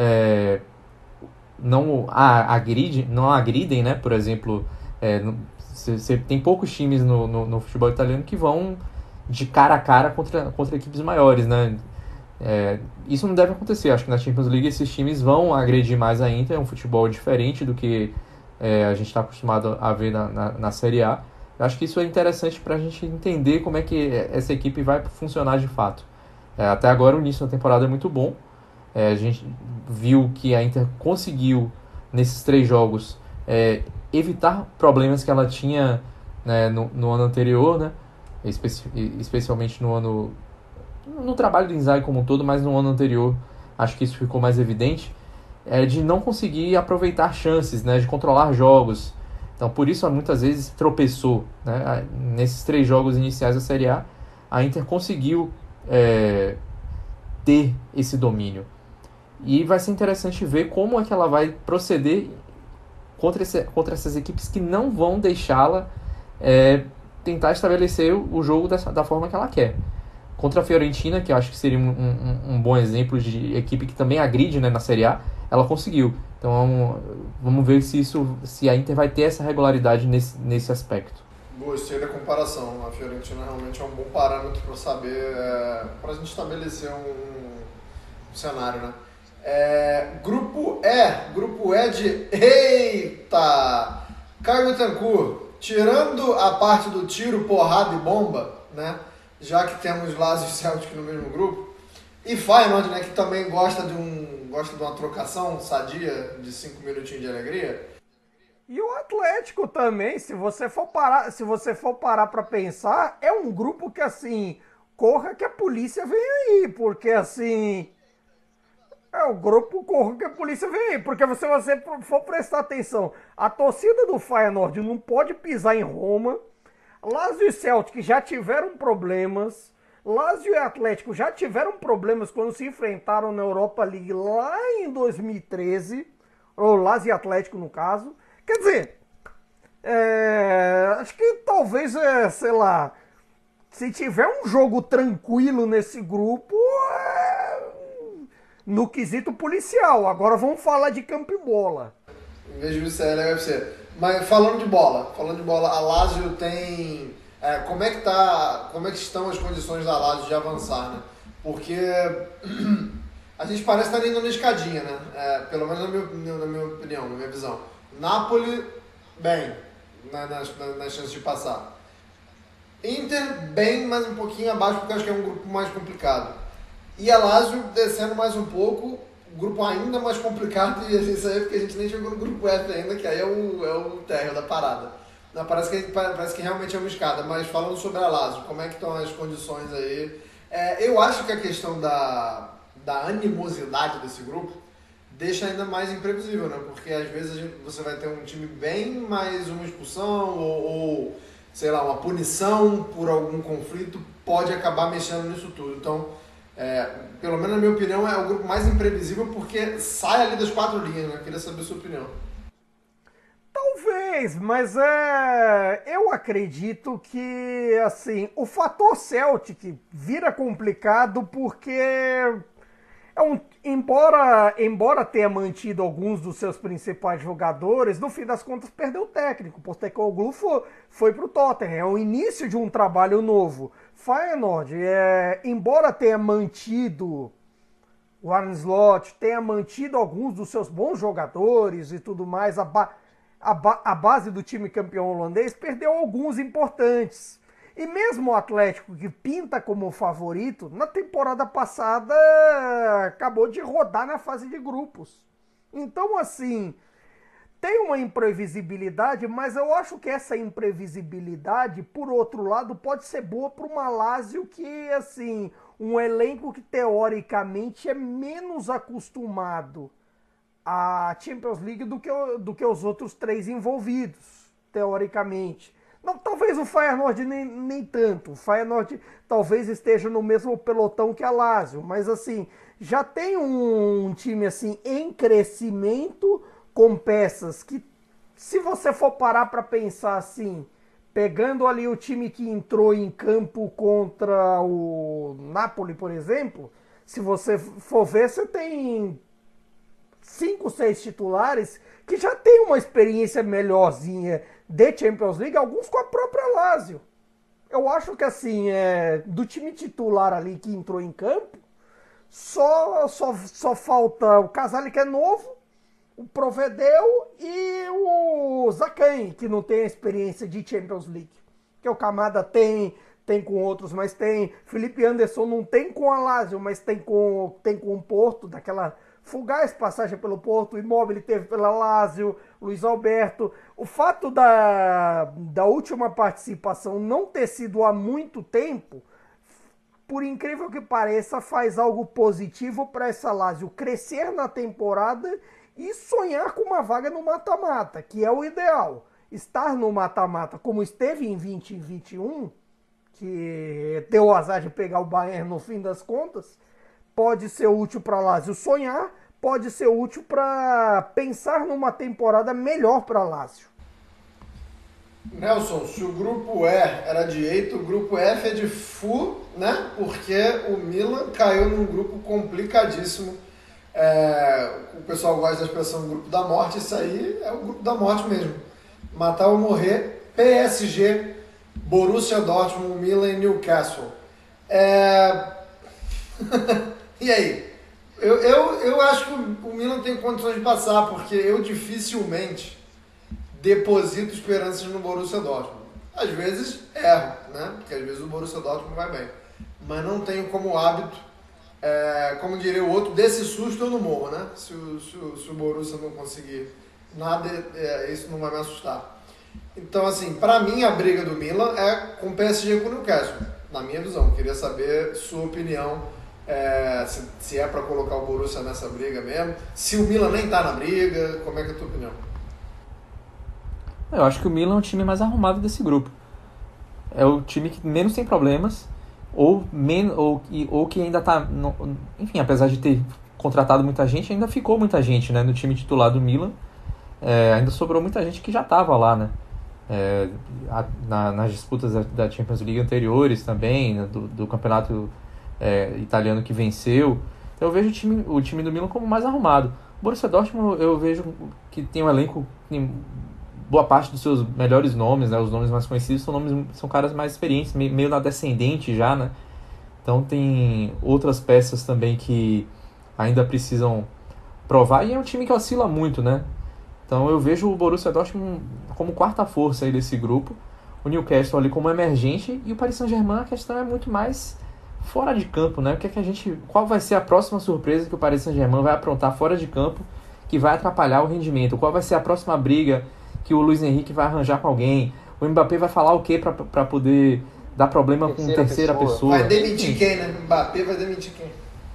S5: agridem, né? Por exemplo, você tem poucos times no futebol italiano que vão de cara a cara contra equipes maiores, né? Isso não deve acontecer. Acho que na Champions League esses times vão agredir mais a Inter. É um futebol diferente do que a gente está acostumado a ver na Série A. Eu acho que isso é interessante para a gente entender como é que essa equipe vai funcionar de fato. Até agora o início da temporada é muito bom. A gente viu que a Inter conseguiu, nesses 3 jogos, evitar problemas que ela tinha, né, no ano anterior, né? Especialmente no trabalho do Inzaghi como um todo, mas no ano anterior acho que isso ficou mais evidente, de não conseguir aproveitar chances, né, de controlar jogos. Então por isso muitas vezes tropeçou, né? Nesses 3 jogos iniciais da Série A, a Inter conseguiu ter esse domínio. E vai ser interessante ver como é que ela vai proceder contra essas equipes que não vão deixá-la tentar estabelecer o jogo da forma que ela quer. Contra a Fiorentina, que eu acho que seria um bom exemplo de equipe que também agride, né, na Série A, ela conseguiu. Então vamos ver se a Inter vai ter essa regularidade nesse aspecto.
S4: Gostei da comparação. A Fiorentina realmente é um bom parâmetro para saber, para a gente estabelecer um cenário, né? Grupo E de... Eita! Caio Bittencourt, tirando a parte do tiro, porrada e bomba, né? Já que temos Lazio e Celtic no mesmo grupo, e Feyenoord, né, que também gosta de uma trocação sadia de 5 minutinhos de alegria.
S3: E o Atlético também, se você for parar para pensar, é um grupo que, assim, corra que a polícia vem aí, porque, assim, é o grupo corra que a polícia vem aí, porque se você for prestar atenção, a torcida do Feyenoord não pode pisar em Roma, Lazio e Celtic já tiveram problemas, Lazio e Atlético já tiveram problemas quando se enfrentaram na Europa League lá em 2013, ou Lazio e Atlético no caso. Quer dizer, acho que talvez, sei lá, se tiver um jogo tranquilo nesse grupo, no quesito policial. Agora vamos falar de campo e bola.
S4: Em vez de VCL é UFC. Mas falando de bola, a Lazio tem... como é que estão as condições da Lazio de avançar, né? Porque a gente parece estar indo na escadinha, né? Pelo menos na minha opinião, na minha visão. Napoli, bem, nas chances de passar. Inter, bem, mas um pouquinho abaixo, porque eu acho que é um grupo mais complicado. E a Lazio descendo mais um pouco, um grupo ainda mais complicado, e isso aí é porque a gente nem chegou no grupo F ainda, que aí é o térreo da parada. Não, parece que realmente é uma escada, mas falando sobre a Lazio, como é que estão as condições aí? Eu acho que a questão da animosidade desse grupo deixa ainda mais imprevisível, né? Porque às vezes você vai ter um time bem, mais uma expulsão ou sei lá, uma punição por algum conflito pode acabar mexendo nisso tudo. Então, pelo menos na minha opinião, é o grupo mais imprevisível porque sai ali das 4 linhas, né? Queria saber a sua opinião.
S3: Talvez, mas eu acredito que, assim, o fator Celtic vira complicado porque embora tenha mantido alguns dos seus principais jogadores, no fim das contas perdeu o técnico. O Postecoglou foi pro Tottenham, é o início de um trabalho novo. Feyenoord, embora tenha mantido o Arne Slot, tenha mantido alguns dos seus bons jogadores e tudo mais, a base do time campeão holandês, perdeu alguns importantes. E mesmo o Atlético, que pinta como favorito, na temporada passada acabou de rodar na fase de grupos. Então, assim, tem uma imprevisibilidade, mas eu acho que essa imprevisibilidade, por outro lado, pode ser boa para uma Lazio que, assim, um elenco que teoricamente é menos acostumado à Champions League do que os outros 3 envolvidos, teoricamente. Não, talvez o Feyenoord nem tanto. O Feyenoord talvez esteja no mesmo pelotão que a Lazio, mas assim, já tem um time assim em crescimento, com peças que, se você for parar para pensar assim, pegando ali o time que entrou em campo contra o Napoli, por exemplo, se você for ver, você tem 5, 6 titulares que já tem uma experiência melhorzinha de Champions League, alguns com a própria Lazio. Eu acho que assim, do time titular ali que entrou em campo, só falta o Casale, que é novo, o Provedel e o Zaccagni, que não tem a experiência de Champions League. Que o Kamada tem com outros, mas tem. Felipe Anderson não tem com a Lazio, mas tem com o Porto, daquela fugaz passagem pelo Porto. O Immobile teve pela Lazio, Luiz Alberto. O fato da última participação não ter sido há muito tempo, por incrível que pareça, faz algo positivo para essa Lazio crescer na temporada e sonhar com uma vaga no mata-mata, que é o ideal. Estar no mata-mata como esteve em 2021, que deu o azar de pegar o Bayern no fim das contas, pode ser útil para Lazio sonhar, pode ser útil para pensar numa temporada melhor para Lazio.
S4: Nelson, se o grupo E era de eito, o grupo F é de fu, né? Porque o Milan caiu num grupo complicadíssimo. O pessoal gosta da expressão grupo da morte, isso aí é o grupo da morte mesmo. Matar ou morrer, PSG, Borussia Dortmund, Milan e Newcastle. E aí? Eu acho que o Milan tem condições de passar, porque eu dificilmente deposito esperanças no Borussia Dortmund. Às vezes erro, né? Porque às vezes o Borussia Dortmund vai bem. Mas não tenho como hábito, como diria o outro, desse susto eu não morro, né? Se o Borussia não conseguir nada, isso não vai me assustar. Então, assim, pra mim a briga do Milan é com o PSG e com o Newcastle, na minha visão. Queria saber sua opinião, se é pra colocar o Borussia nessa briga mesmo, se o Milan nem tá na briga, como é que é a tua opinião?
S5: Eu acho que o Milan é o time mais arrumado desse grupo. É o time que menos tem problemas, ou que ainda está... Enfim, apesar de ter contratado muita gente, ainda ficou muita gente, né, no time titular do Milan. Ainda sobrou muita gente que já estava lá, né? Nas disputas da Champions League anteriores também, né, do campeonato italiano que venceu. Então eu vejo o time do Milan como mais arrumado. O Borussia Dortmund eu vejo que tem um elenco... boa parte dos seus melhores nomes, né, os nomes mais conhecidos são caras mais experientes, meio na descendente já, né? Então tem outras peças também que ainda precisam provar, e é um time que oscila muito, né? Então eu vejo o Borussia Dortmund como quarta força aí desse grupo, o Newcastle ali como emergente, e o Paris Saint-Germain, a questão é muito mais fora de campo, né? Qual vai ser a próxima surpresa que o Paris Saint-Germain vai aprontar fora de campo que vai atrapalhar o rendimento? Qual vai ser a próxima briga que o Luiz Henrique vai arranjar com alguém? O Mbappé vai falar o quê para poder dar problema com terceira pessoa?
S4: Vai demitir quem, né? O Mbappé vai demitir quem?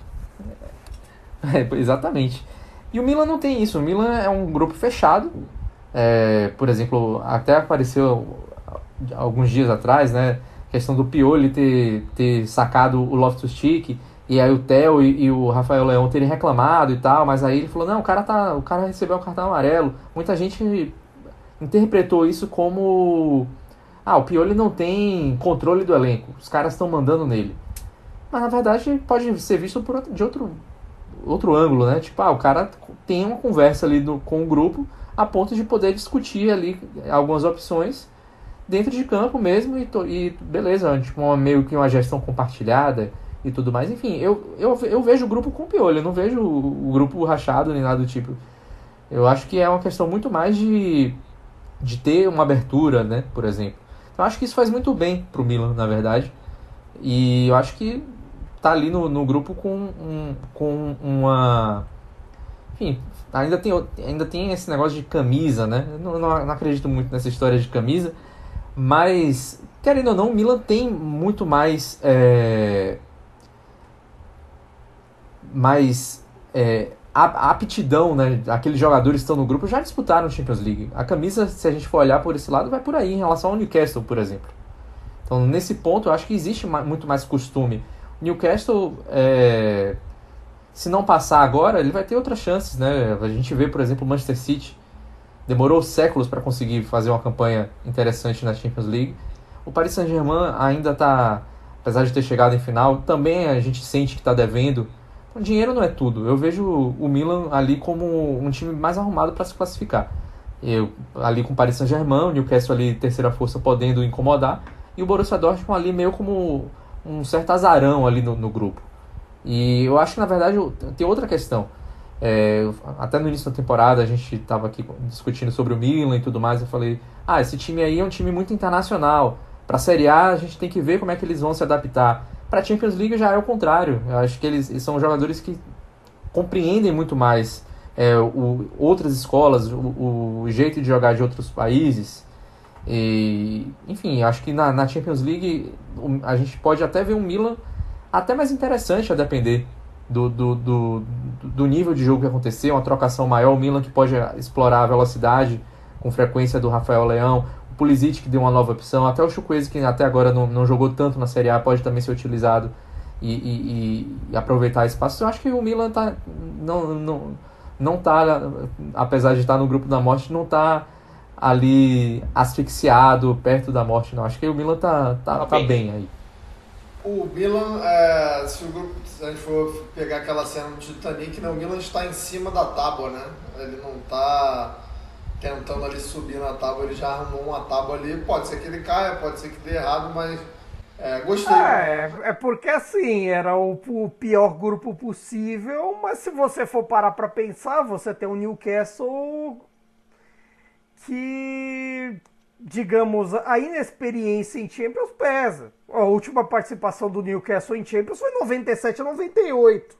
S5: Exatamente. E o Milan não tem isso. O Milan é um grupo fechado. Por exemplo, até apareceu alguns dias atrás, né, a questão do Pioli ter sacado o Loftus-Cheek, e aí o Theo e o Rafael Leão terem reclamado e tal, mas aí ele falou, não, o cara recebeu o cartão amarelo. Muita gente interpretou isso como o Pioli não tem controle do elenco, os caras estão mandando nele. Mas na verdade pode ser visto de outro ângulo, né? Tipo, o cara tem uma conversa ali com o grupo a ponto de poder discutir ali algumas opções dentro de campo mesmo, e beleza, tipo, meio que uma gestão compartilhada e tudo mais. Enfim, eu vejo o grupo com o Pioli, eu não vejo o grupo rachado nem nada do tipo. Eu acho que é uma questão muito mais de ter uma abertura, né, por exemplo. Então eu acho que isso faz muito bem pro Milan, na verdade. E eu acho que tá ali no grupo com uma... Enfim, ainda tem esse negócio de camisa, né? Eu não acredito muito nessa história de camisa, mas, querendo ou não, o Milan tem muito mais... A aptidão, né? Aqueles jogadores que estão no grupo já disputaram a Champions League. A camisa, se a gente for olhar por esse lado, vai por aí em relação ao Newcastle, por exemplo. Então, nesse ponto, eu acho que existe muito mais costume. O Newcastle, se não passar agora, ele vai ter outras chances, né? A gente vê, por exemplo, o Manchester City demorou séculos para conseguir fazer uma campanha interessante na Champions League. O Paris Saint-Germain ainda está, apesar de ter chegado em final, também a gente sente que está devendo. O dinheiro não é tudo. Eu vejo o Milan ali como um time mais arrumado para se classificar. Ali com o Paris Saint-Germain, o Newcastle ali terceira força podendo incomodar, e o Borussia Dortmund ali meio como um certo azarão ali no grupo. E eu acho que na verdade tem outra questão. Até no início da temporada a gente estava aqui discutindo sobre o Milan e tudo mais. Eu falei, esse time aí é um time muito internacional. Para a Série A a gente tem que ver como é que eles vão se adaptar. Para a Champions League já é o contrário. Eu acho que eles são jogadores que compreendem muito mais outras escolas, o jeito de jogar de outros países. E, enfim, acho que na Champions League a gente pode até ver um Milan até mais interessante, a depender do nível de jogo que acontecer, uma trocação maior, o Milan que pode explorar a velocidade com frequência do Rafael Leão, o Pulisic que deu uma nova opção, até o Chukwueze que até agora não jogou tanto na Série A pode também ser utilizado e aproveitar espaço. Eu acho que o Milan não tá, apesar de estar no grupo da morte, não tá ali asfixiado, perto da morte, não. Acho que o Milan tá bem aí.
S4: O Milan, se a gente for pegar aquela cena do Titanic, né, o Milan está em cima da tábua, né? Ele não está tentando ali subir na tábua, ele já arrumou uma tábua ali. Pode ser que ele caia, pode ser que dê errado, mas gostei.
S3: É porque assim, era o pior grupo possível, mas se você for parar para pensar, você tem um Newcastle que, digamos, a inexperiência em Champions pesa. A última participação do Newcastle em Champions foi em 97 a 98.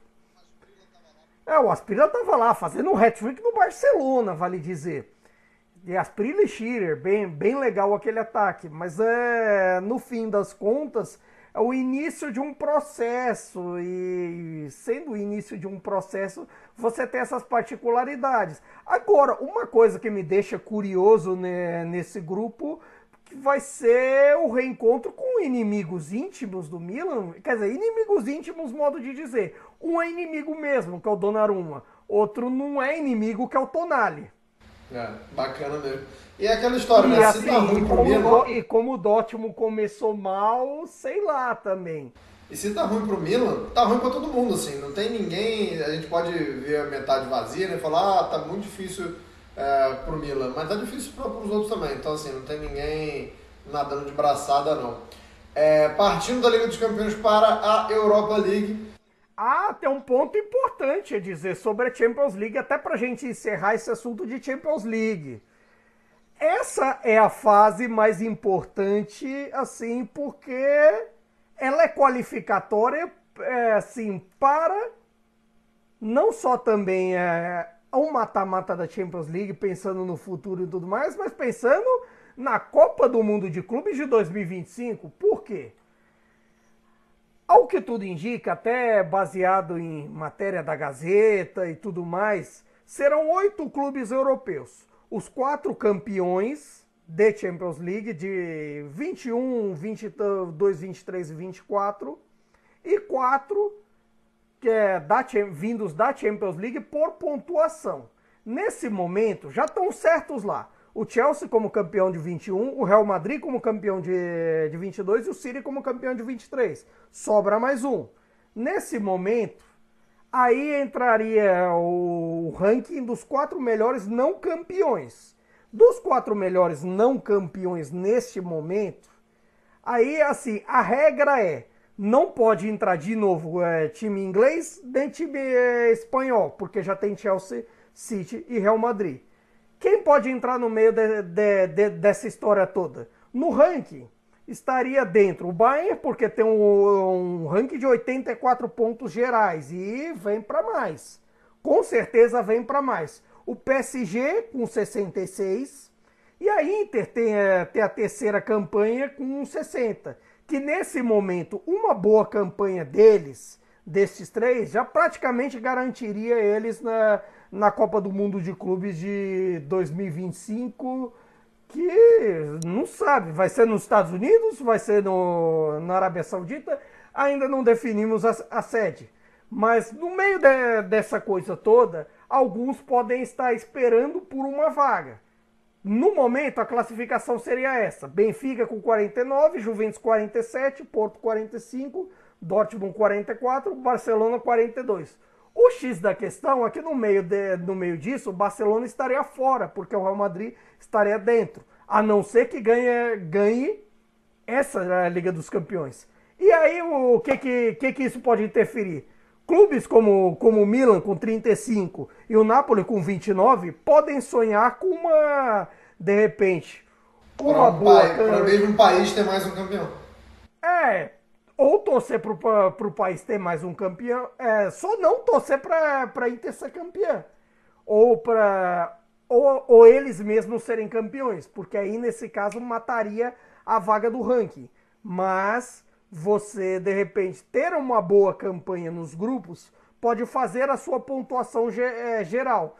S3: O Asprilla estava lá fazendo um hat-trick no Barcelona, vale dizer. E Asprilla e Shearer, bem legal aquele ataque. Mas no fim das contas, é o início de um processo. E sendo o início de um processo, você tem essas particularidades. Agora, uma coisa que me deixa curioso nesse grupo, que vai ser o reencontro com inimigos íntimos do Milan. Quer dizer, inimigos íntimos, modo de dizer. Um é inimigo mesmo, que é o Donnarumma. Outro não é inimigo, que é o Tonali.
S4: Bacana mesmo. E aquela história, né?
S3: Assim,
S4: Se tá ruim pro Milan...
S3: E como o Dortmund começou mal, sei lá também.
S4: E se tá ruim pro Milan, tá ruim pra todo mundo, assim. Não tem ninguém... A gente pode ver a metade vazia, né? E falar, tá muito difícil pro Milan. Mas tá difícil pros outros também. Então, assim, não tem ninguém nadando de braçada, não. Partindo da Liga dos Campeões para a Europa League...
S3: Tem um ponto importante a dizer sobre a Champions League, até pra gente encerrar esse assunto de Champions League. Essa é a fase mais importante, assim, porque ela é qualificatória, assim, para não só também um mata-mata da Champions League, pensando no futuro e tudo mais, mas pensando na Copa do Mundo de Clubes de 2025. Por quê? Ao que tudo indica, até baseado em matéria da Gazeta e tudo mais, serão 8 clubes europeus. Os 4 campeões de Champions League de 21, 22, 23 e 24 e 4 vindos da Champions League por pontuação. Nesse momento, já estão certos lá. O Chelsea como campeão de 21, o Real Madrid como campeão de 22 e o City como campeão de 23. Sobra mais um. Nesse momento, aí entraria o ranking dos 4 melhores não campeões. Dos 4 melhores não campeões neste momento, aí assim, a regra não pode entrar de novo time inglês nem time espanhol, porque já tem Chelsea, City e Real Madrid. Quem pode entrar no meio dessa história toda? No ranking, estaria dentro o Bayern, porque tem um ranking de 84 pontos gerais e vem para mais. Com certeza vem para mais. O PSG com 66 e a Inter tem a terceira campanha com 60. Que nesse momento, uma boa campanha desses 3, já praticamente garantiria eles na Copa do Mundo de Clubes de 2025, que não sabe, vai ser nos Estados Unidos, vai ser na Arábia Saudita, ainda não definimos a sede. Mas no meio dessa coisa toda, alguns podem estar esperando por uma vaga. No momento, a classificação seria essa: Benfica com 49, Juventus 47, Porto 45, Dortmund 44, Barcelona 42. O X da questão é que no meio disso, o Barcelona estaria fora, porque o Real Madrid estaria dentro, a não ser que ganhe essa Liga dos Campeões. E aí, o que isso pode interferir? Clubes como o Milan, com 35, e o Napoli, com 29, podem sonhar com de repente, uma boa...
S4: Para o mesmo país ter mais um campeão.
S3: Ou torcer para o país ter mais um campeão, só não torcer para a Inter ser campeã. Ou eles mesmos serem campeões, porque aí, nesse caso, mataria a vaga do ranking. Mas você, de repente, ter uma boa campanha nos grupos pode fazer a sua pontuação geral.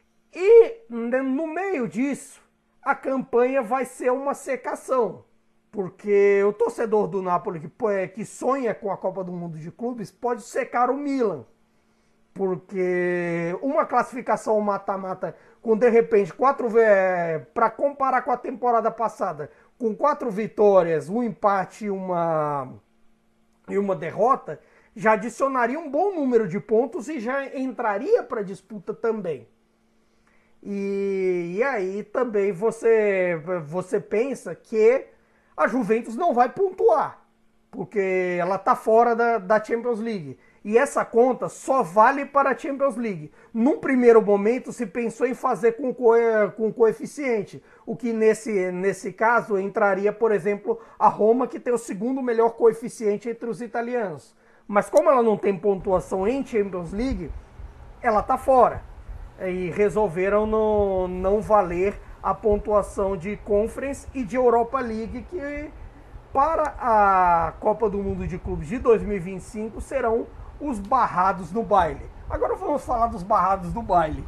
S3: E no meio disso, a campanha vai ser uma secação. Porque o torcedor do Napoli que sonha com a Copa do Mundo de Clubes pode secar o Milan. Porque uma classificação mata-mata com, de repente, para comparar com a temporada passada, com 4 vitórias, um empate e uma derrota, já adicionaria um bom número de pontos e já entraria para a disputa também. E aí também você pensa que a Juventus não vai pontuar, porque ela está fora da Champions League. E essa conta só vale para a Champions League. Num primeiro momento se pensou em fazer com coeficiente, o que nesse caso entraria, por exemplo, a Roma, que tem o segundo melhor coeficiente entre os italianos. Mas como ela não tem pontuação em Champions League, ela está fora. E resolveram não valer a pontuação de Conference e de Europa League, que para a Copa do Mundo de Clubes de 2025 serão os barrados no baile. Agora vamos falar dos barrados do baile.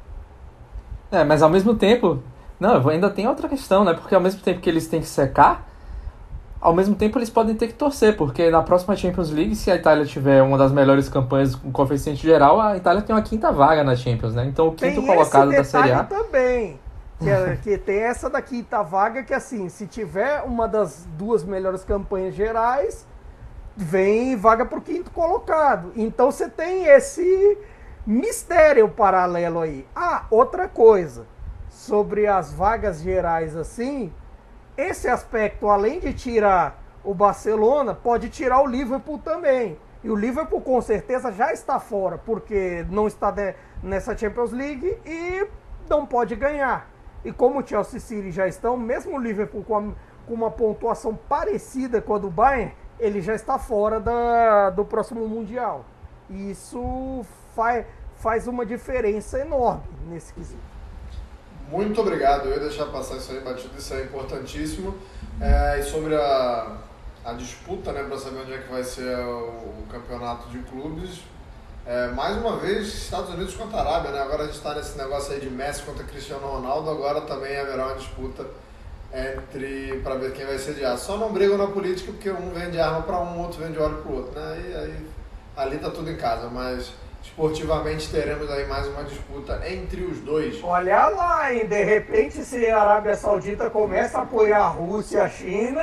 S5: Mas ao mesmo tempo... Não, ainda tem outra questão, né? Porque ao mesmo tempo que eles têm que secar, ao mesmo tempo eles podem ter que torcer, porque na próxima Champions League, se a Itália tiver uma das melhores campanhas com coeficiente geral, a Itália tem uma 5ª vaga na Champions, né? Então o 5º colocado da Série A...
S3: também, que tem essa da 5ª vaga, que assim, se tiver uma das 2 melhores campanhas gerais, vem vaga para o 5º colocado. Então você tem esse mistério paralelo aí. Outra coisa, sobre as vagas gerais assim, esse aspecto, além de tirar o Barcelona, pode tirar o Liverpool também. E o Liverpool com certeza já está fora, porque não está nessa Champions League e não pode ganhar. E como o Chelsea City já estão, mesmo o Liverpool com uma pontuação parecida com a do Bayern, ele já está fora do próximo Mundial. E isso faz uma diferença enorme nesse quesito.
S4: Muito obrigado, eu ia deixar passar isso aí batido, isso é importantíssimo. E sobre a disputa, né, para saber onde é que vai ser o campeonato de clubes, mais uma vez Estados Unidos contra a Arábia, né? Agora a gente está nesse negócio aí de Messi contra Cristiano Ronaldo, agora também haverá uma disputa para ver quem vai sediar. Só não brigam na política porque um vende arma para um, outro vende óleo para o outro, né? E aí ali tá tudo em casa, mas esportivamente teremos aí mais uma disputa entre os dois.
S3: Olha lá, hein? De repente, se a Arábia Saudita começa a apoiar a Rússia e a China,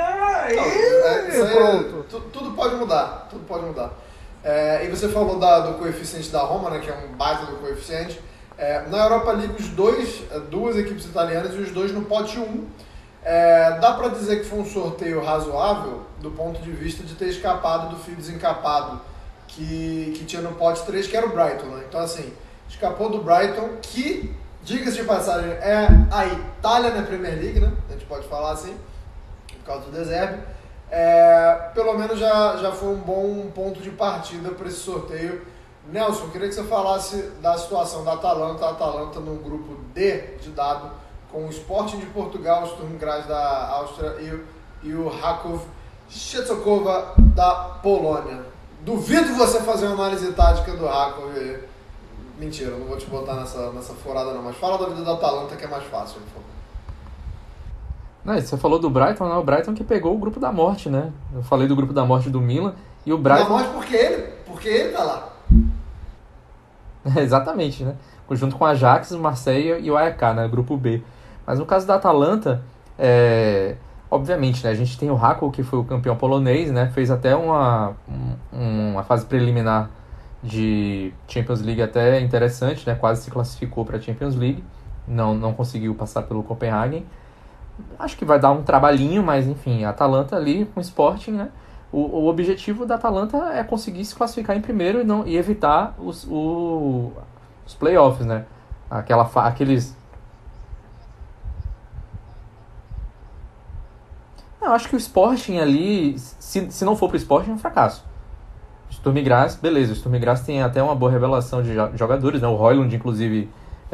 S3: pronto.
S4: Tudo pode mudar, tudo pode mudar. E você falou do coeficiente da Roma, né, que é um baita do coeficiente. Na Europa League, duas equipes italianas e os 2 no pote 1. Dá para dizer que foi um sorteio razoável do ponto de vista de ter escapado do fio desencapado que tinha no pote 3, que era o Brighton, né? Então, assim, escapou do Brighton, que, diga-se de passagem, é a Itália na Premier League, né? A gente pode falar assim, por causa do De Zerbi. Pelo menos já foi um bom ponto de partida para esse sorteio. Nelson, queria que você falasse da situação da Atalanta. A Atalanta no grupo D de dado, com o Sporting de Portugal, o Sturm Graz da Áustria e o Rakov Częstochowa da Polônia. Duvido você fazer uma análise tática do Rakov. Mentira, não vou te botar nessa furada não, mas fala da vida da Atalanta que é mais fácil, por favor.
S5: Não, você falou do Brighton, né? O Brighton que pegou o grupo da morte, né? Eu falei do grupo da morte do Milan e o Brighton...
S4: Da morte porque ele tá lá.
S5: Exatamente, né? Junto com a Ajax, o Marseille e o AEK, né? Grupo B. Mas no caso da Atalanta, obviamente, né? A gente tem o Rakov, que foi o campeão polonês, né? Fez até uma fase preliminar de Champions League até interessante, né? Quase se classificou para a Champions League. Não conseguiu passar pelo Copenhagen. Acho que vai dar um trabalhinho, mas enfim, a Atalanta ali com o Sporting, né? O objetivo da Atalanta é conseguir se classificar em primeiro e evitar os playoffs, né? Aqueles... Eu acho que o Sporting ali, se não for pro Sporting, é um fracasso. O Sturm Graz, beleza, o Sturm Graz tem até uma boa revelação de jogadores, né? O Højlund, inclusive,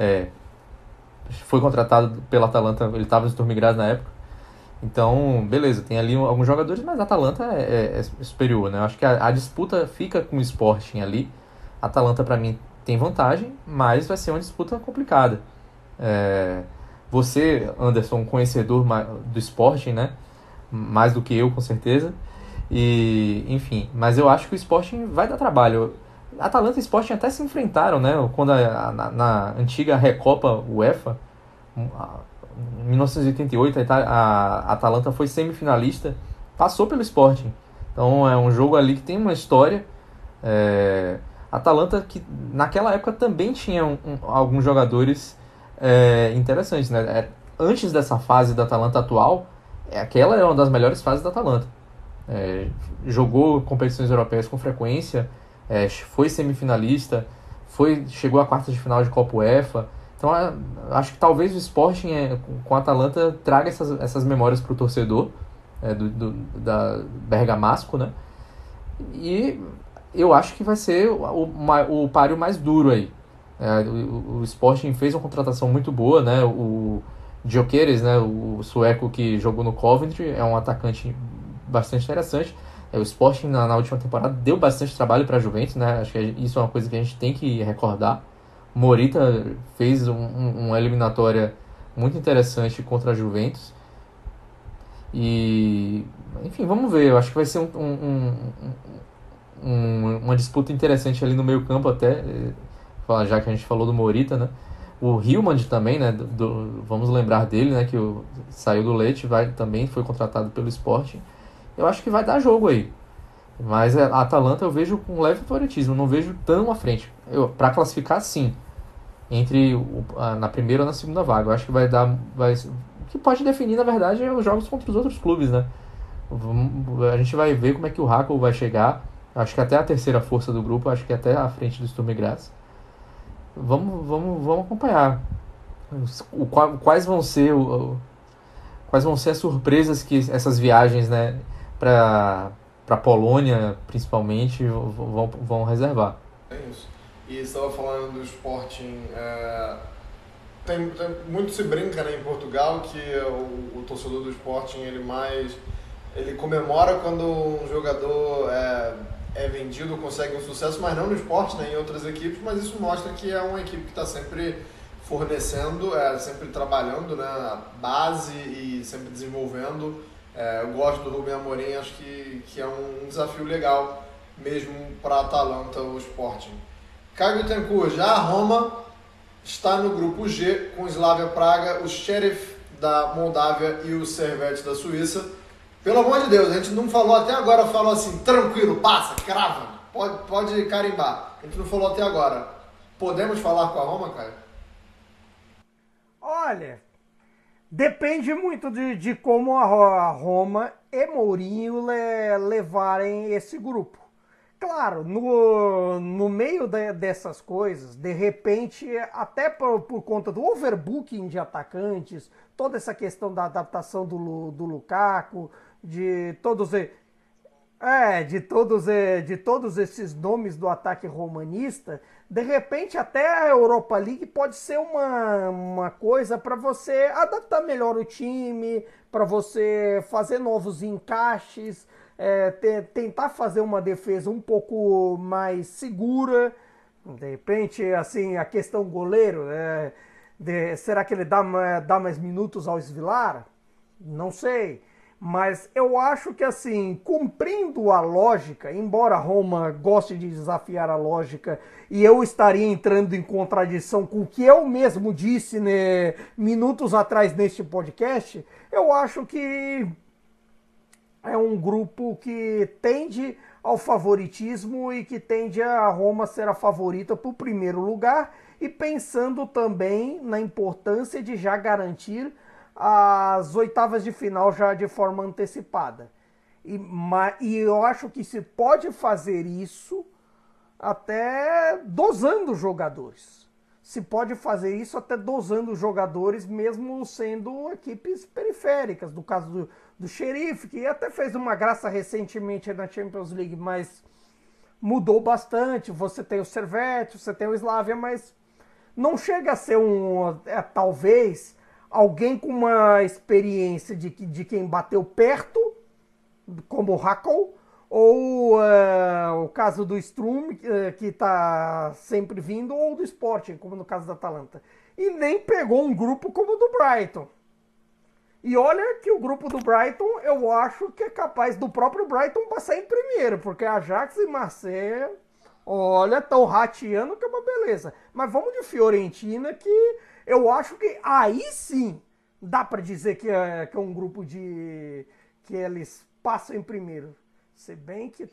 S5: foi contratado pela Atalanta, ele estava no Sturm Graz na época. Então, beleza, tem ali alguns jogadores, mas a Atalanta é superior, né? Eu acho que a disputa fica com o Sporting ali. A Atalanta, para mim, tem vantagem, mas vai ser uma disputa complicada. Você, Anderson, conhecedor do Sporting, né? mais do que eu, com certeza. E, enfim, mas eu acho que o Sporting vai dar trabalho. Atalanta e Sporting até se enfrentaram, né? Quando na antiga Recopa UEFA, em 1988, a Atalanta foi semifinalista, passou pelo Sporting. Então é um jogo ali que tem uma história. Atalanta que naquela época também tinha alguns jogadores interessantes, né? Antes dessa fase da Atalanta atual, aquela era uma das melhores fases da Atalanta. Jogou competições europeias com frequência, foi semifinalista, chegou à quarta de final de Copa UEFA. Então acho que talvez o Sporting com a Atalanta traga essas memórias para o torcedor da bergamasco, né? E eu acho que vai ser o páreo mais duro aí. O Sporting fez uma contratação muito boa, né? O Gyökeres, né? O sueco que jogou no Coventry, é um atacante bastante interessante. O Sporting na última temporada deu bastante trabalho para a Juventus, né? Acho que isso é uma coisa que a gente tem que recordar. O Morita fez uma eliminatória muito interessante contra a Juventus. E, enfim, vamos ver. Eu acho que vai ser uma disputa interessante ali no meio campo até, já que a gente falou do Morita, né? O Hillman também, né? Vamos lembrar dele, né? Que saiu do Lecce, também foi contratado pelo Sporting. Eu acho que vai dar jogo aí. Mas a Atalanta eu vejo com leve favoritismo, não vejo tão à frente. Para classificar, sim. Na primeira ou na segunda vaga. Eu acho que o que pode definir, na verdade, é os jogos contra os outros clubes, né? A gente vai ver como é que o Hackle vai chegar. Acho que até a terceira força do grupo, acho que até à frente do Sturm Graz. Vamos acompanhar. Quais vão ser as surpresas que essas viagens, né, para Polônia, principalmente, vão reservar.
S4: É isso. E você estava falando do Sporting, muito se brinca, né, em Portugal que o torcedor do Sporting ele comemora quando um jogador é vendido, consegue um sucesso, mas não no Sporting, né, em outras equipes, mas isso mostra que é uma equipe que está sempre fornecendo, sempre trabalhando, né, a base e sempre desenvolvendo. Eu gosto do Rubem Amorim, acho que é um desafio legal mesmo para a Atalanta, o Sporting. Caio Bittencourt, já a Roma está no grupo G com o Slavia Praga, o Sheriff da Moldávia e o Servette da Suíça. Pelo amor de Deus, a gente não falou até agora, falou assim, tranquilo, passa, crava, pode carimbar. A gente não falou até agora. Podemos falar com a Roma, Caio?
S3: Olha, depende muito de como a Roma e Mourinho levarem esse grupo. Claro, no meio dessas coisas, de repente, até por conta do overbooking de atacantes, toda essa questão da adaptação do Lukaku, de todos esses nomes do ataque romanista, de repente até a Europa League pode ser uma coisa para você adaptar melhor o time, para você fazer novos encaixes, tentar fazer uma defesa um pouco mais segura. De repente, assim, a questão goleiro, será que ele dá mais minutos ao Svilar? Não sei. Mas eu acho que, assim, cumprindo a lógica, embora a Roma goste de desafiar a lógica, e eu estaria entrando em contradição com o que eu mesmo disse, né, minutos atrás neste podcast, eu acho que é um grupo que tende ao favoritismo e que tende a Roma ser a favorita para o primeiro lugar, e pensando também na importância de já garantir as oitavas de final já de forma antecipada. E eu acho que se pode fazer isso até dosando os jogadores. Se pode fazer isso até dosando os jogadores, mesmo sendo equipes periféricas. No caso do Sheriff, que até fez uma graça recentemente na Champions League, mas mudou bastante. Você tem o Servette, você tem o Slavia, mas não chega a ser talvez alguém com uma experiência de quem bateu perto, como o Hackle, ou o caso do Sturm, que está sempre vindo, ou do Sporting, como no caso da Atalanta. E nem pegou um grupo como o do Brighton. E olha que o grupo do Brighton, eu acho que é capaz do próprio Brighton passar em primeiro, porque Ajax e Marseille, olha, estão rateando que é uma beleza. Mas vamos de Fiorentina, que eu acho que aí sim dá para dizer que é um grupo que eles passam em primeiro. Se bem que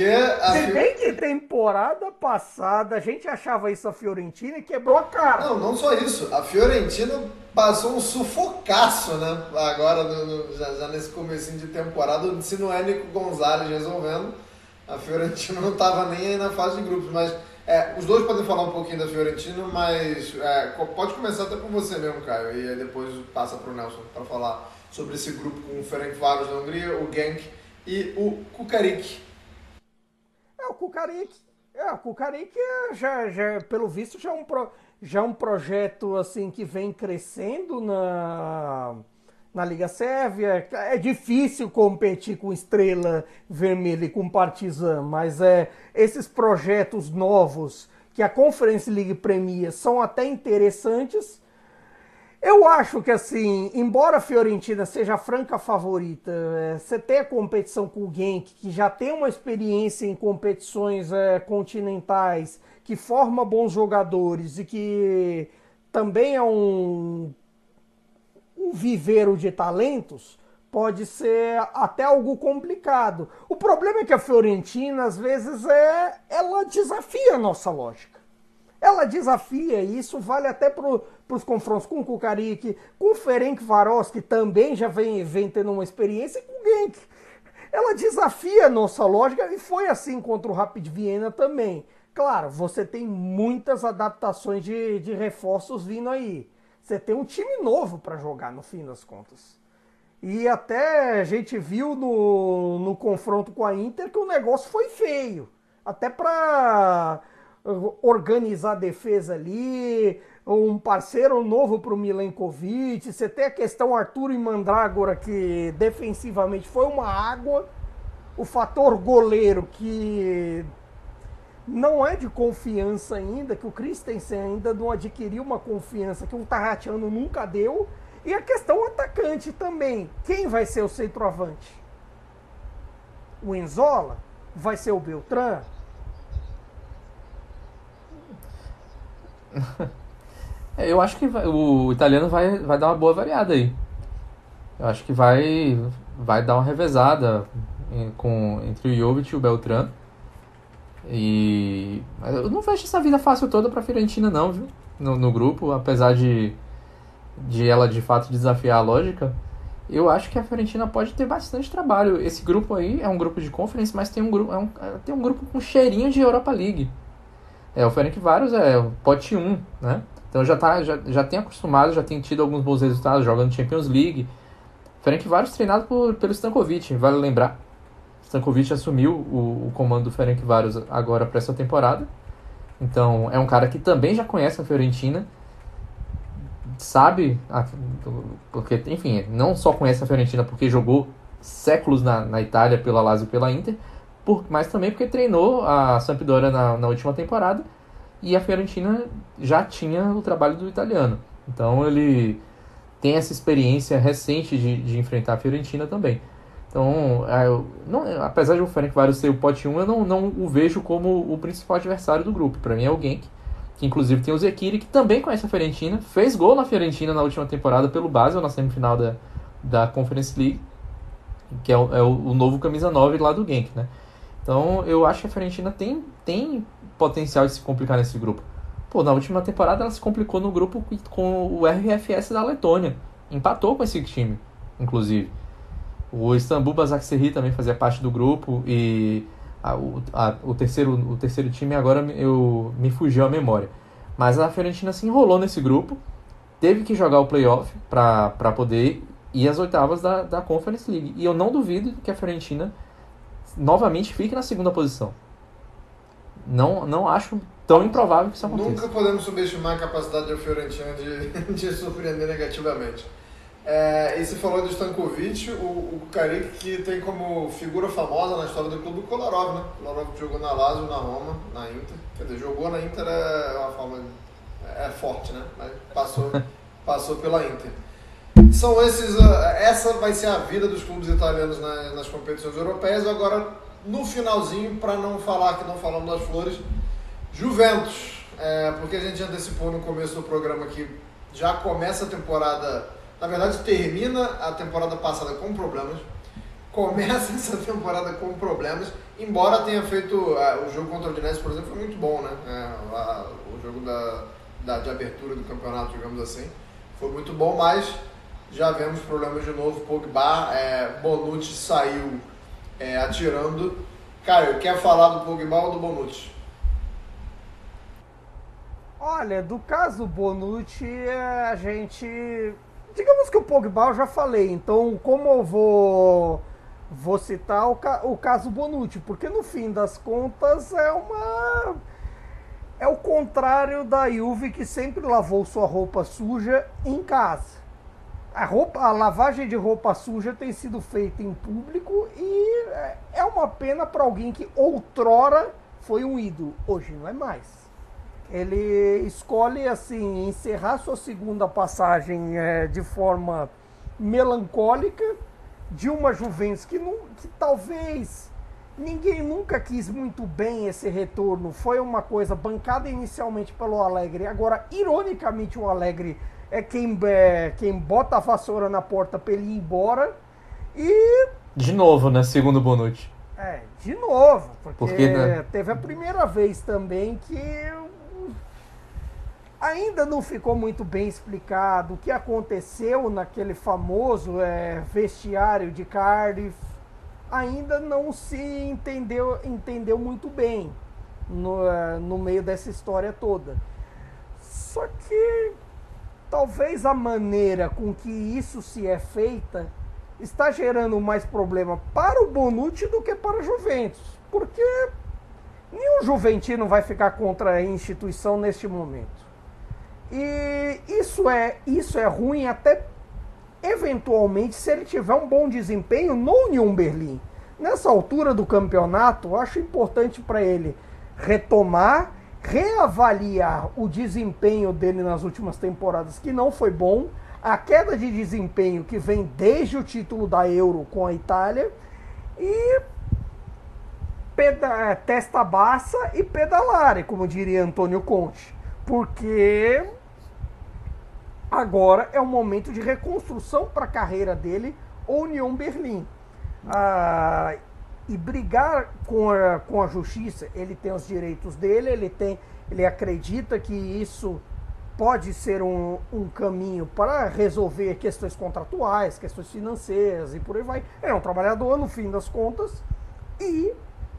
S3: temporada passada a gente achava isso a Fiorentina e quebrou a cara.
S4: Não só isso. A Fiorentina passou um sufocaço, né? Agora, já nesse comecinho de temporada, se não é Nico Gonzalez resolvendo, a Fiorentina não estava nem aí na fase de grupos. Mas os dois podem falar um pouquinho da Fiorentina, mas pode começar até por você mesmo, Caio. E aí depois passa para o Nelson para falar sobre esse grupo com o Ferencváros da Hungria, o Genk e o Kukarik.
S3: O Kukarik já, pelo visto, já é um projeto assim que vem crescendo na Liga Sérvia. É difícil competir com Estrela Vermelha e com Partizan, mas esses projetos novos que a Conference League premia são até interessantes. Eu acho que, assim, embora a Fiorentina seja a franca favorita, você tem a competição com o Genk, que já tem uma experiência em competições continentais, que forma bons jogadores e que também é um viveiro de talentos, pode ser até algo complicado. O problema é que a Fiorentina, às vezes, ela desafia a nossa lógica. Ela desafia, e isso vale até para os confrontos com o Kukarik, com o Ferencváros, que também já vem tendo uma experiência, e com o Genk. Ela desafia a nossa lógica, e foi assim contra o Rapid Viena também. Claro, você tem muitas adaptações de reforços vindo aí. Você tem um time novo para jogar, no fim das contas. E até a gente viu no confronto com a Inter que o negócio foi feio. Até para organizar a defesa ali, um parceiro novo para o Milenkovic, você tem a questão Arturo e Mandrágora, que defensivamente foi uma água, o fator goleiro, que não é de confiança ainda, que o Christensen ainda não adquiriu uma confiança que o Tarratiano nunca deu, e a questão atacante também. Quem vai ser o centroavante? O Enzola? Vai ser o Beltrán?
S5: Eu acho que o italiano vai dar uma boa variada aí. Eu acho que vai dar uma revezada entre o Jovic e o Beltrán. E eu não vejo essa vida fácil toda pra Fiorentina não, viu? No grupo, apesar de ela de fato desafiar a lógica, eu acho que a Fiorentina pode ter bastante trabalho. Esse grupo aí é um grupo de Conference, mas tem um grupo com cheirinho de Europa League. O Ferencváros é o pote 1, né? Então já tem acostumado, já tem tido alguns bons resultados jogando Champions League. Ferencváros treinado pelo Stankovic, vale lembrar. Stankovic assumiu o comando do Ferencváros agora para essa temporada. Então é um cara que também já conhece a Fiorentina, sabe, porque, enfim, não só conhece a Fiorentina porque jogou séculos na Itália pela Lazio e pela Inter, mas também porque treinou a Sampdoria na última temporada, e a Fiorentina já tinha o trabalho do italiano. Então ele tem essa experiência recente de enfrentar a Fiorentina também. Então, apesar de o Ferencváros ser o pote 1, eu não o vejo como o principal adversário do grupo. Para mim é o Genk, que inclusive tem o Zekiri, que também conhece a Fiorentina, fez gol na Fiorentina na última temporada pelo Basel, na semifinal da Conference League, que é o novo camisa 9 lá do Genk, né? Então eu acho que a Fiorentina tem potencial de se complicar nesse grupo. Na última temporada ela se complicou no grupo com o RFS da Letônia, empatou com esse time, inclusive. O Istanbul Basaksehir também fazia parte do grupo, e o terceiro time agora me fugiu a memória. Mas a Fiorentina se enrolou nesse grupo, teve que jogar o playoff para poder ir às oitavas da Conference League. E eu não duvido que a Fiorentina novamente fique na segunda posição. Não acho tão improvável que isso aconteça.
S4: Nunca podemos subestimar a capacidade da Fiorentina de surpreender negativamente. E você falou do Stankovic, o Kukarik, que tem como figura famosa na história do clube o Kolarov, né? O Kolarov jogou na Lazio, na Roma, na Inter. Quer dizer, jogou na Inter é uma forma forte, né? Mas passou pela Inter. Essa vai ser a vida dos clubes italianos nas competições europeias. Agora, no finalzinho, para não falar que não falamos das flores, Juventus, porque a gente antecipou no começo do programa que já começa a temporada, na verdade termina a temporada passada com problemas, começa essa temporada com problemas, embora tenha feito, o jogo contra o Udinese, por exemplo, foi muito bom, né? O jogo de abertura do campeonato, digamos assim, foi muito bom, mas já vemos problemas de novo. Pogba, Bonucci saiu atirando. Caio, quer falar do Pogba ou do Bonucci?
S3: Olha, do caso Bonucci, a gente... Digamos que o Pogba eu já falei, então como eu vou citar o caso Bonucci, porque no fim das contas é o contrário da Juve, que sempre lavou sua roupa suja em casa. A lavagem de roupa suja tem sido feita em público e é uma pena para alguém que outrora foi um ídolo, hoje não é mais. Ele escolhe assim encerrar sua segunda passagem de forma melancólica, de uma Juventus que talvez ninguém nunca quis muito bem esse retorno. Foi uma coisa bancada inicialmente pelo Allegri. Agora, ironicamente, o Allegri é quem bota a vassoura na porta para ele ir embora. E...
S5: De novo, né? Segundo o Bonucci.
S3: De novo. Porque
S5: né?
S3: Teve a primeira vez também que ainda não ficou muito bem explicado o que aconteceu naquele famoso vestiário de Cardiff. Ainda não se entendeu muito bem no meio dessa história toda. Só que talvez a maneira com que isso se é feita está gerando mais problema para o Bonucci do que para a Juventus. Porque nenhum juventino vai ficar contra a instituição neste momento. E isso é ruim até eventualmente se ele tiver um bom desempenho no Union Berlim. Nessa altura do campeonato, eu acho importante para ele retomar, reavaliar o desempenho dele nas últimas temporadas, que não foi bom, a queda de desempenho que vem desde o título da Euro com a Itália, e testa baixa e pedalare, como diria Antônio Conte, porque agora é o momento de reconstrução para a carreira dele, o Union Berlim. E brigar com a justiça, ele tem os direitos dele, ele acredita que isso pode ser um caminho para resolver questões contratuais, questões financeiras e por aí vai. É um trabalhador, no fim das contas, e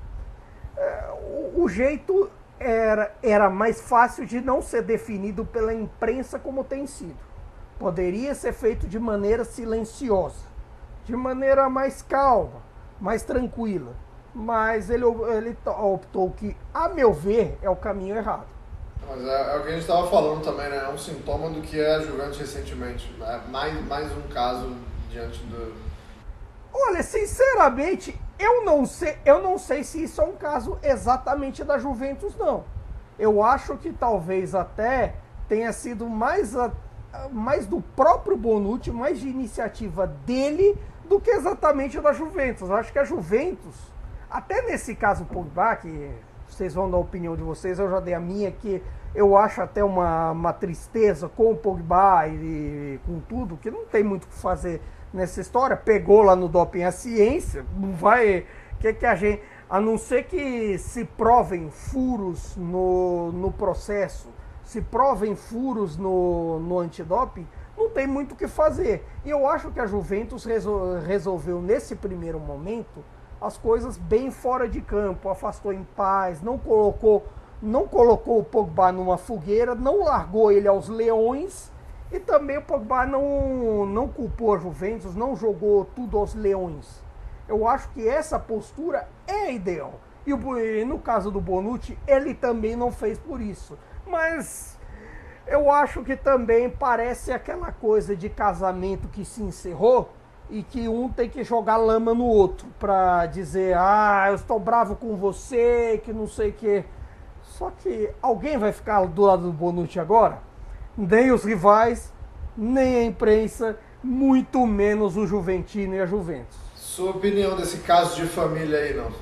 S3: o jeito era mais fácil de não ser definido pela imprensa como tem sido. Poderia ser feito de maneira silenciosa, de maneira mais calma, mais tranquila. Mas ele optou que, a meu ver, é o caminho errado.
S4: Mas é o que a gente estava falando também, né? É um sintoma do que é a Juventus recentemente. Mais um caso diante do...
S3: Olha, sinceramente, eu não sei se isso é um caso exatamente da Juventus, não. Eu acho que talvez até tenha sido mais do próprio Bonucci, mais de iniciativa dele do que exatamente da Juventus. Eu acho que a Juventus, até nesse caso Pogba, que vocês vão dar a opinião de vocês, eu já dei a minha, que eu acho até uma tristeza com o Pogba e com tudo, que não tem muito o que fazer nessa história. Pegou lá no doping a ciência, não vai... que a gente, a não ser que se provem furos no processo, se provem furos no antidoping, não tem muito o que fazer. E eu acho que a Juventus resolveu nesse primeiro momento as coisas bem fora de campo, afastou em paz, não colocou o Pogba numa fogueira, não largou ele aos leões, e também o Pogba não culpou a Juventus, não jogou tudo aos leões. Eu acho que essa postura é ideal. E no caso do Bonucci, ele também não fez por isso. Mas eu acho que também parece aquela coisa de casamento que se encerrou e que um tem que jogar lama no outro para dizer, eu estou bravo com você, que não sei o que. Só que alguém vai ficar do lado do Bonucci agora? Nem os rivais, nem a imprensa, muito menos o Juventino e a Juventus.
S4: Sua opinião desse caso de família aí, não?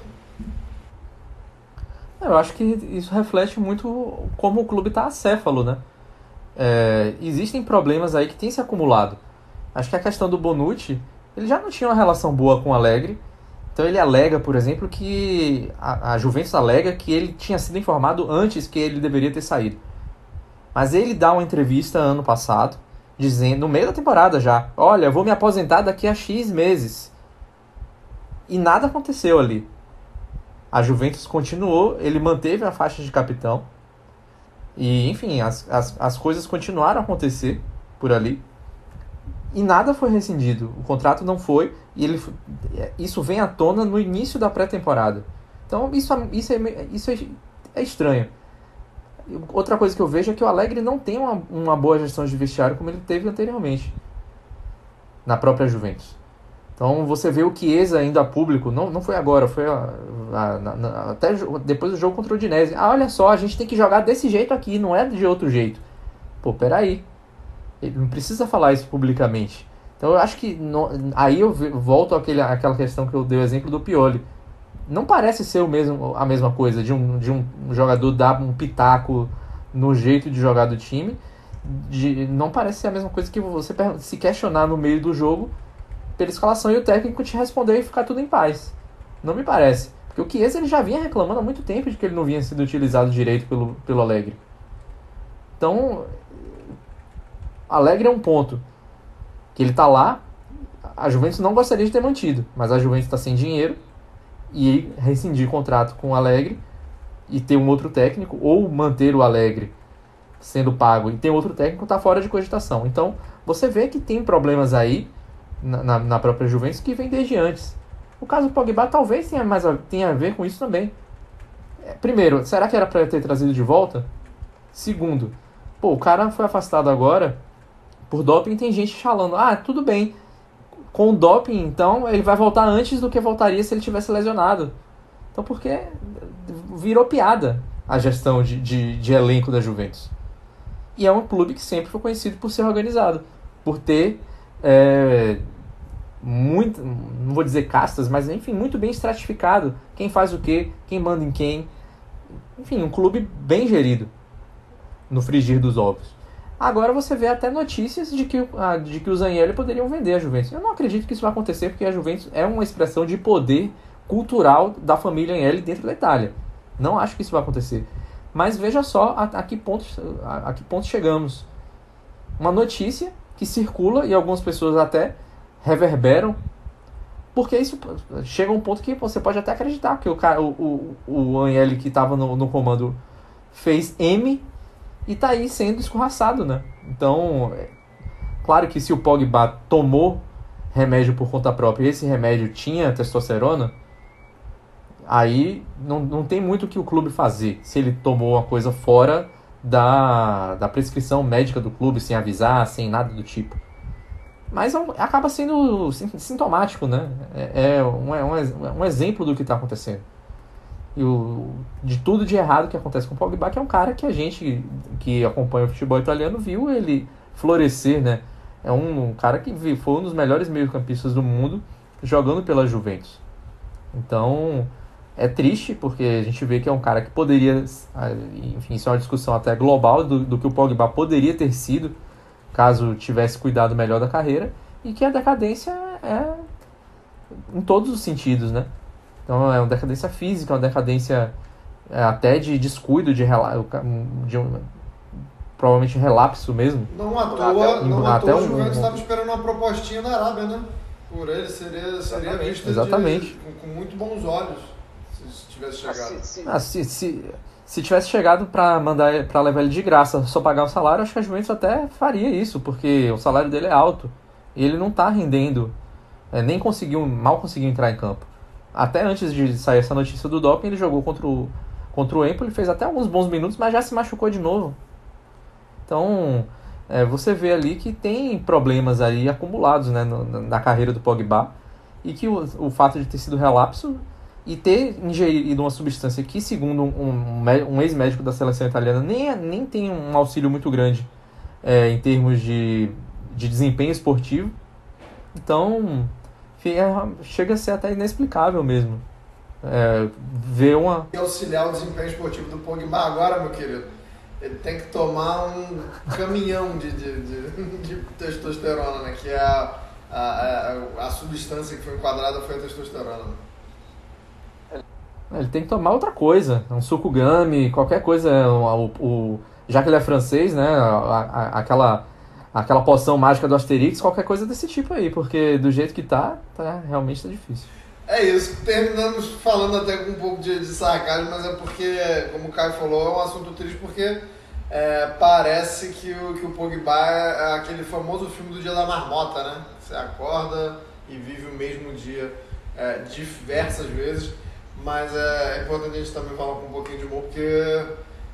S5: Eu acho que isso reflete muito como o clube está acéfalo, né? Existem problemas aí que têm se acumulado. Acho que a questão do Bonucci, ele já não tinha uma relação boa com o Allegri. Então ele alega, por exemplo, que a Juventus alega que ele tinha sido informado antes que ele deveria ter saído. Mas ele dá uma entrevista ano passado, dizendo, no meio da temporada já, olha, eu vou me aposentar daqui a X meses. E nada aconteceu ali. A Juventus continuou, ele manteve a faixa de capitão. E, enfim, as coisas continuaram a acontecer por ali. E nada foi rescindido. O contrato não foi. E isso vem à tona no início da pré-temporada. Então, isso é estranho. Outra coisa que eu vejo é que o Allegri não tem uma boa gestão de vestiário como ele teve anteriormente. Na própria Juventus. Então, você vê o Chiesa ainda a público. Não foi agora, foi até depois do jogo contra o Udinese. Olha só, a gente tem que jogar desse jeito aqui, não é de outro jeito. Pô, peraí. Ele não precisa falar isso publicamente. Então eu acho que aí eu volto àquela questão que eu dei o exemplo do Pioli. Não parece ser a mesma coisa de um jogador dar um pitaco no jeito de jogar do time. Não parece ser a mesma coisa que você se questionar no meio do jogo pela escalação e o técnico te responder e ficar tudo em paz. Não me parece. Porque o Chiesa ele já vinha reclamando há muito tempo de que ele não vinha sendo utilizado direito pelo Allegri. Então, Allegri é um ponto. Que ele tá lá, a Juventus não gostaria de ter mantido, mas a Juventus está sem dinheiro e rescindir contrato com o Allegri e ter um outro técnico, ou manter o Allegri sendo pago e ter outro técnico, está fora de cogitação. Então, você vê que tem problemas aí na própria Juventus que vem desde antes. O caso do Pogba talvez tenha a ver com isso também. Primeiro, será que era para ter trazido de volta? Segundo, o cara foi afastado agora por doping, tem gente falando, tudo bem, com o doping, então, ele vai voltar antes do que voltaria se ele tivesse lesionado. Então, porque virou piada a gestão de elenco da Juventus. E é um clube que sempre foi conhecido por ser organizado, por ter muito, não vou dizer castas, mas enfim, muito bem estratificado. Quem faz o quê, quem manda em quem. Enfim, um clube bem gerido, no frigir dos ovos. Agora você vê até notícias de que os Agnelli poderiam vender a Juventus. Eu não acredito que isso vai acontecer, porque a Juventus é uma expressão de poder cultural da família Agnelli dentro da Itália. Não acho que isso vai acontecer. Mas veja só a que ponto chegamos. Uma notícia que circula e algumas pessoas até reverberam, porque isso chega a um ponto que você pode até acreditar que o Agnelli que estava no comando fez M e tá aí sendo escorraçado, né? Então, claro que se o Pogba tomou remédio por conta própria e esse remédio tinha testosterona, aí não tem muito o que o clube fazer se ele tomou uma coisa fora da prescrição médica do clube, sem avisar, sem nada do tipo. Mas acaba sendo sintomático, né? É um exemplo do que está acontecendo. E de tudo de errado que acontece com o Pogba, que é um cara que a gente que acompanha o futebol italiano viu ele florescer, né? É um cara que foi um dos melhores meio-campistas do mundo jogando pela Juventus. Então, é triste, porque a gente vê que é um cara que poderia, enfim, isso é uma discussão até global do que o Pogba poderia ter sido caso tivesse cuidado melhor da carreira, e que a decadência é em todos os sentidos, né? Então é uma decadência física, uma decadência até de descuido, provavelmente relapso mesmo.
S4: Não à toa o Juventus estava esperando uma propostinha da Arábia, né? Por ele seria visto com muito bons olhos se tivesse chegado. Se tivesse chegado para levar ele de graça, só pagar o salário, acho que a Juventus até faria isso, porque o salário dele é alto e ele não está rendendo, mal conseguiu entrar em campo. Até antes de sair essa notícia do doping, ele jogou contra o Empoli, fez até alguns bons minutos, mas já se machucou de novo. Então, você vê ali que tem problemas aí acumulados, né, na carreira do Pogba, e que o fato de ter sido relapso e ter ingerido uma substância que, segundo um ex-médico da seleção italiana, nem tem um auxílio muito grande em termos de desempenho esportivo,
S5: Então, enfim, chega a ser até inexplicável mesmo. Ver uma...
S4: E auxiliar o desempenho esportivo do Pogba agora, meu querido, ele tem que tomar um caminhão de testosterona, né? Que é a substância que foi enquadrada foi a testosterona.
S5: Ele tem que tomar outra coisa, um sucugami, qualquer coisa. Já que ele é francês, né? Aquela poção mágica do Asterix, qualquer coisa desse tipo aí, porque do jeito que realmente tá difícil.
S4: É isso, terminamos falando até com um pouco de sarcasmo, mas é porque, como o Caio falou, é um assunto triste porque parece que o Pogba é aquele famoso filme do Dia da Marmota, né? Você acorda e vive o mesmo dia diversas vezes, mas é importante a gente também falar com um pouquinho de humor, porque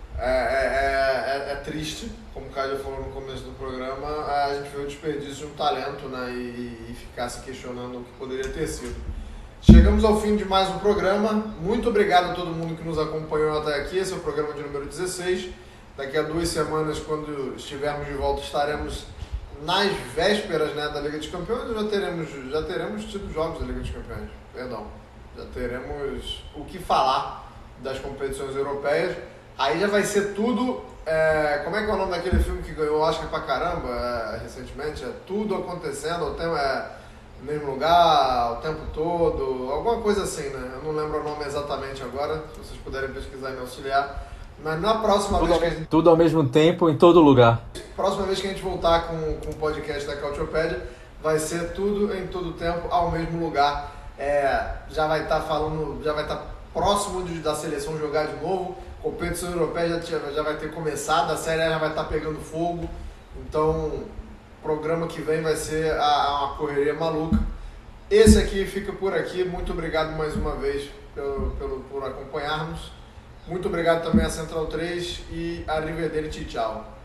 S4: é triste, como o Caio já falou no começo do programa, a gente vê o desperdício de um talento, né? E ficar se questionando o que poderia ter sido. Chegamos ao fim de mais um programa. Muito obrigado a todo mundo que nos acompanhou até aqui. Esse é o programa de número 16. Daqui a 2 semanas, quando estivermos de volta, estaremos nas vésperas, né, da Liga dos Campeões. Já teremos tido jogos da Liga dos Campeões. Perdão. Já teremos o que falar das competições europeias. Aí já vai ser tudo... como é que é o nome daquele filme que ganhou Oscar pra caramba recentemente? É tudo acontecendo. O tema no mesmo lugar, o tempo todo, alguma coisa assim, né? Eu não lembro o nome exatamente agora, se vocês puderem pesquisar e me auxiliar. Mas na próxima vez
S5: tudo ao mesmo tempo, em todo lugar.
S4: Próxima vez que a gente voltar com o podcast da Cautiopédia, vai ser tudo em todo tempo, ao mesmo lugar. Já vai estar próximo da seleção jogar de novo, competição europeia já vai ter começado, a Série A já vai estar pegando fogo, então... O programa que vem vai ser uma correria maluca. Esse aqui fica por aqui. Muito obrigado mais uma vez por acompanharmos. Muito obrigado também à Central 3 e arrivederci, tchau.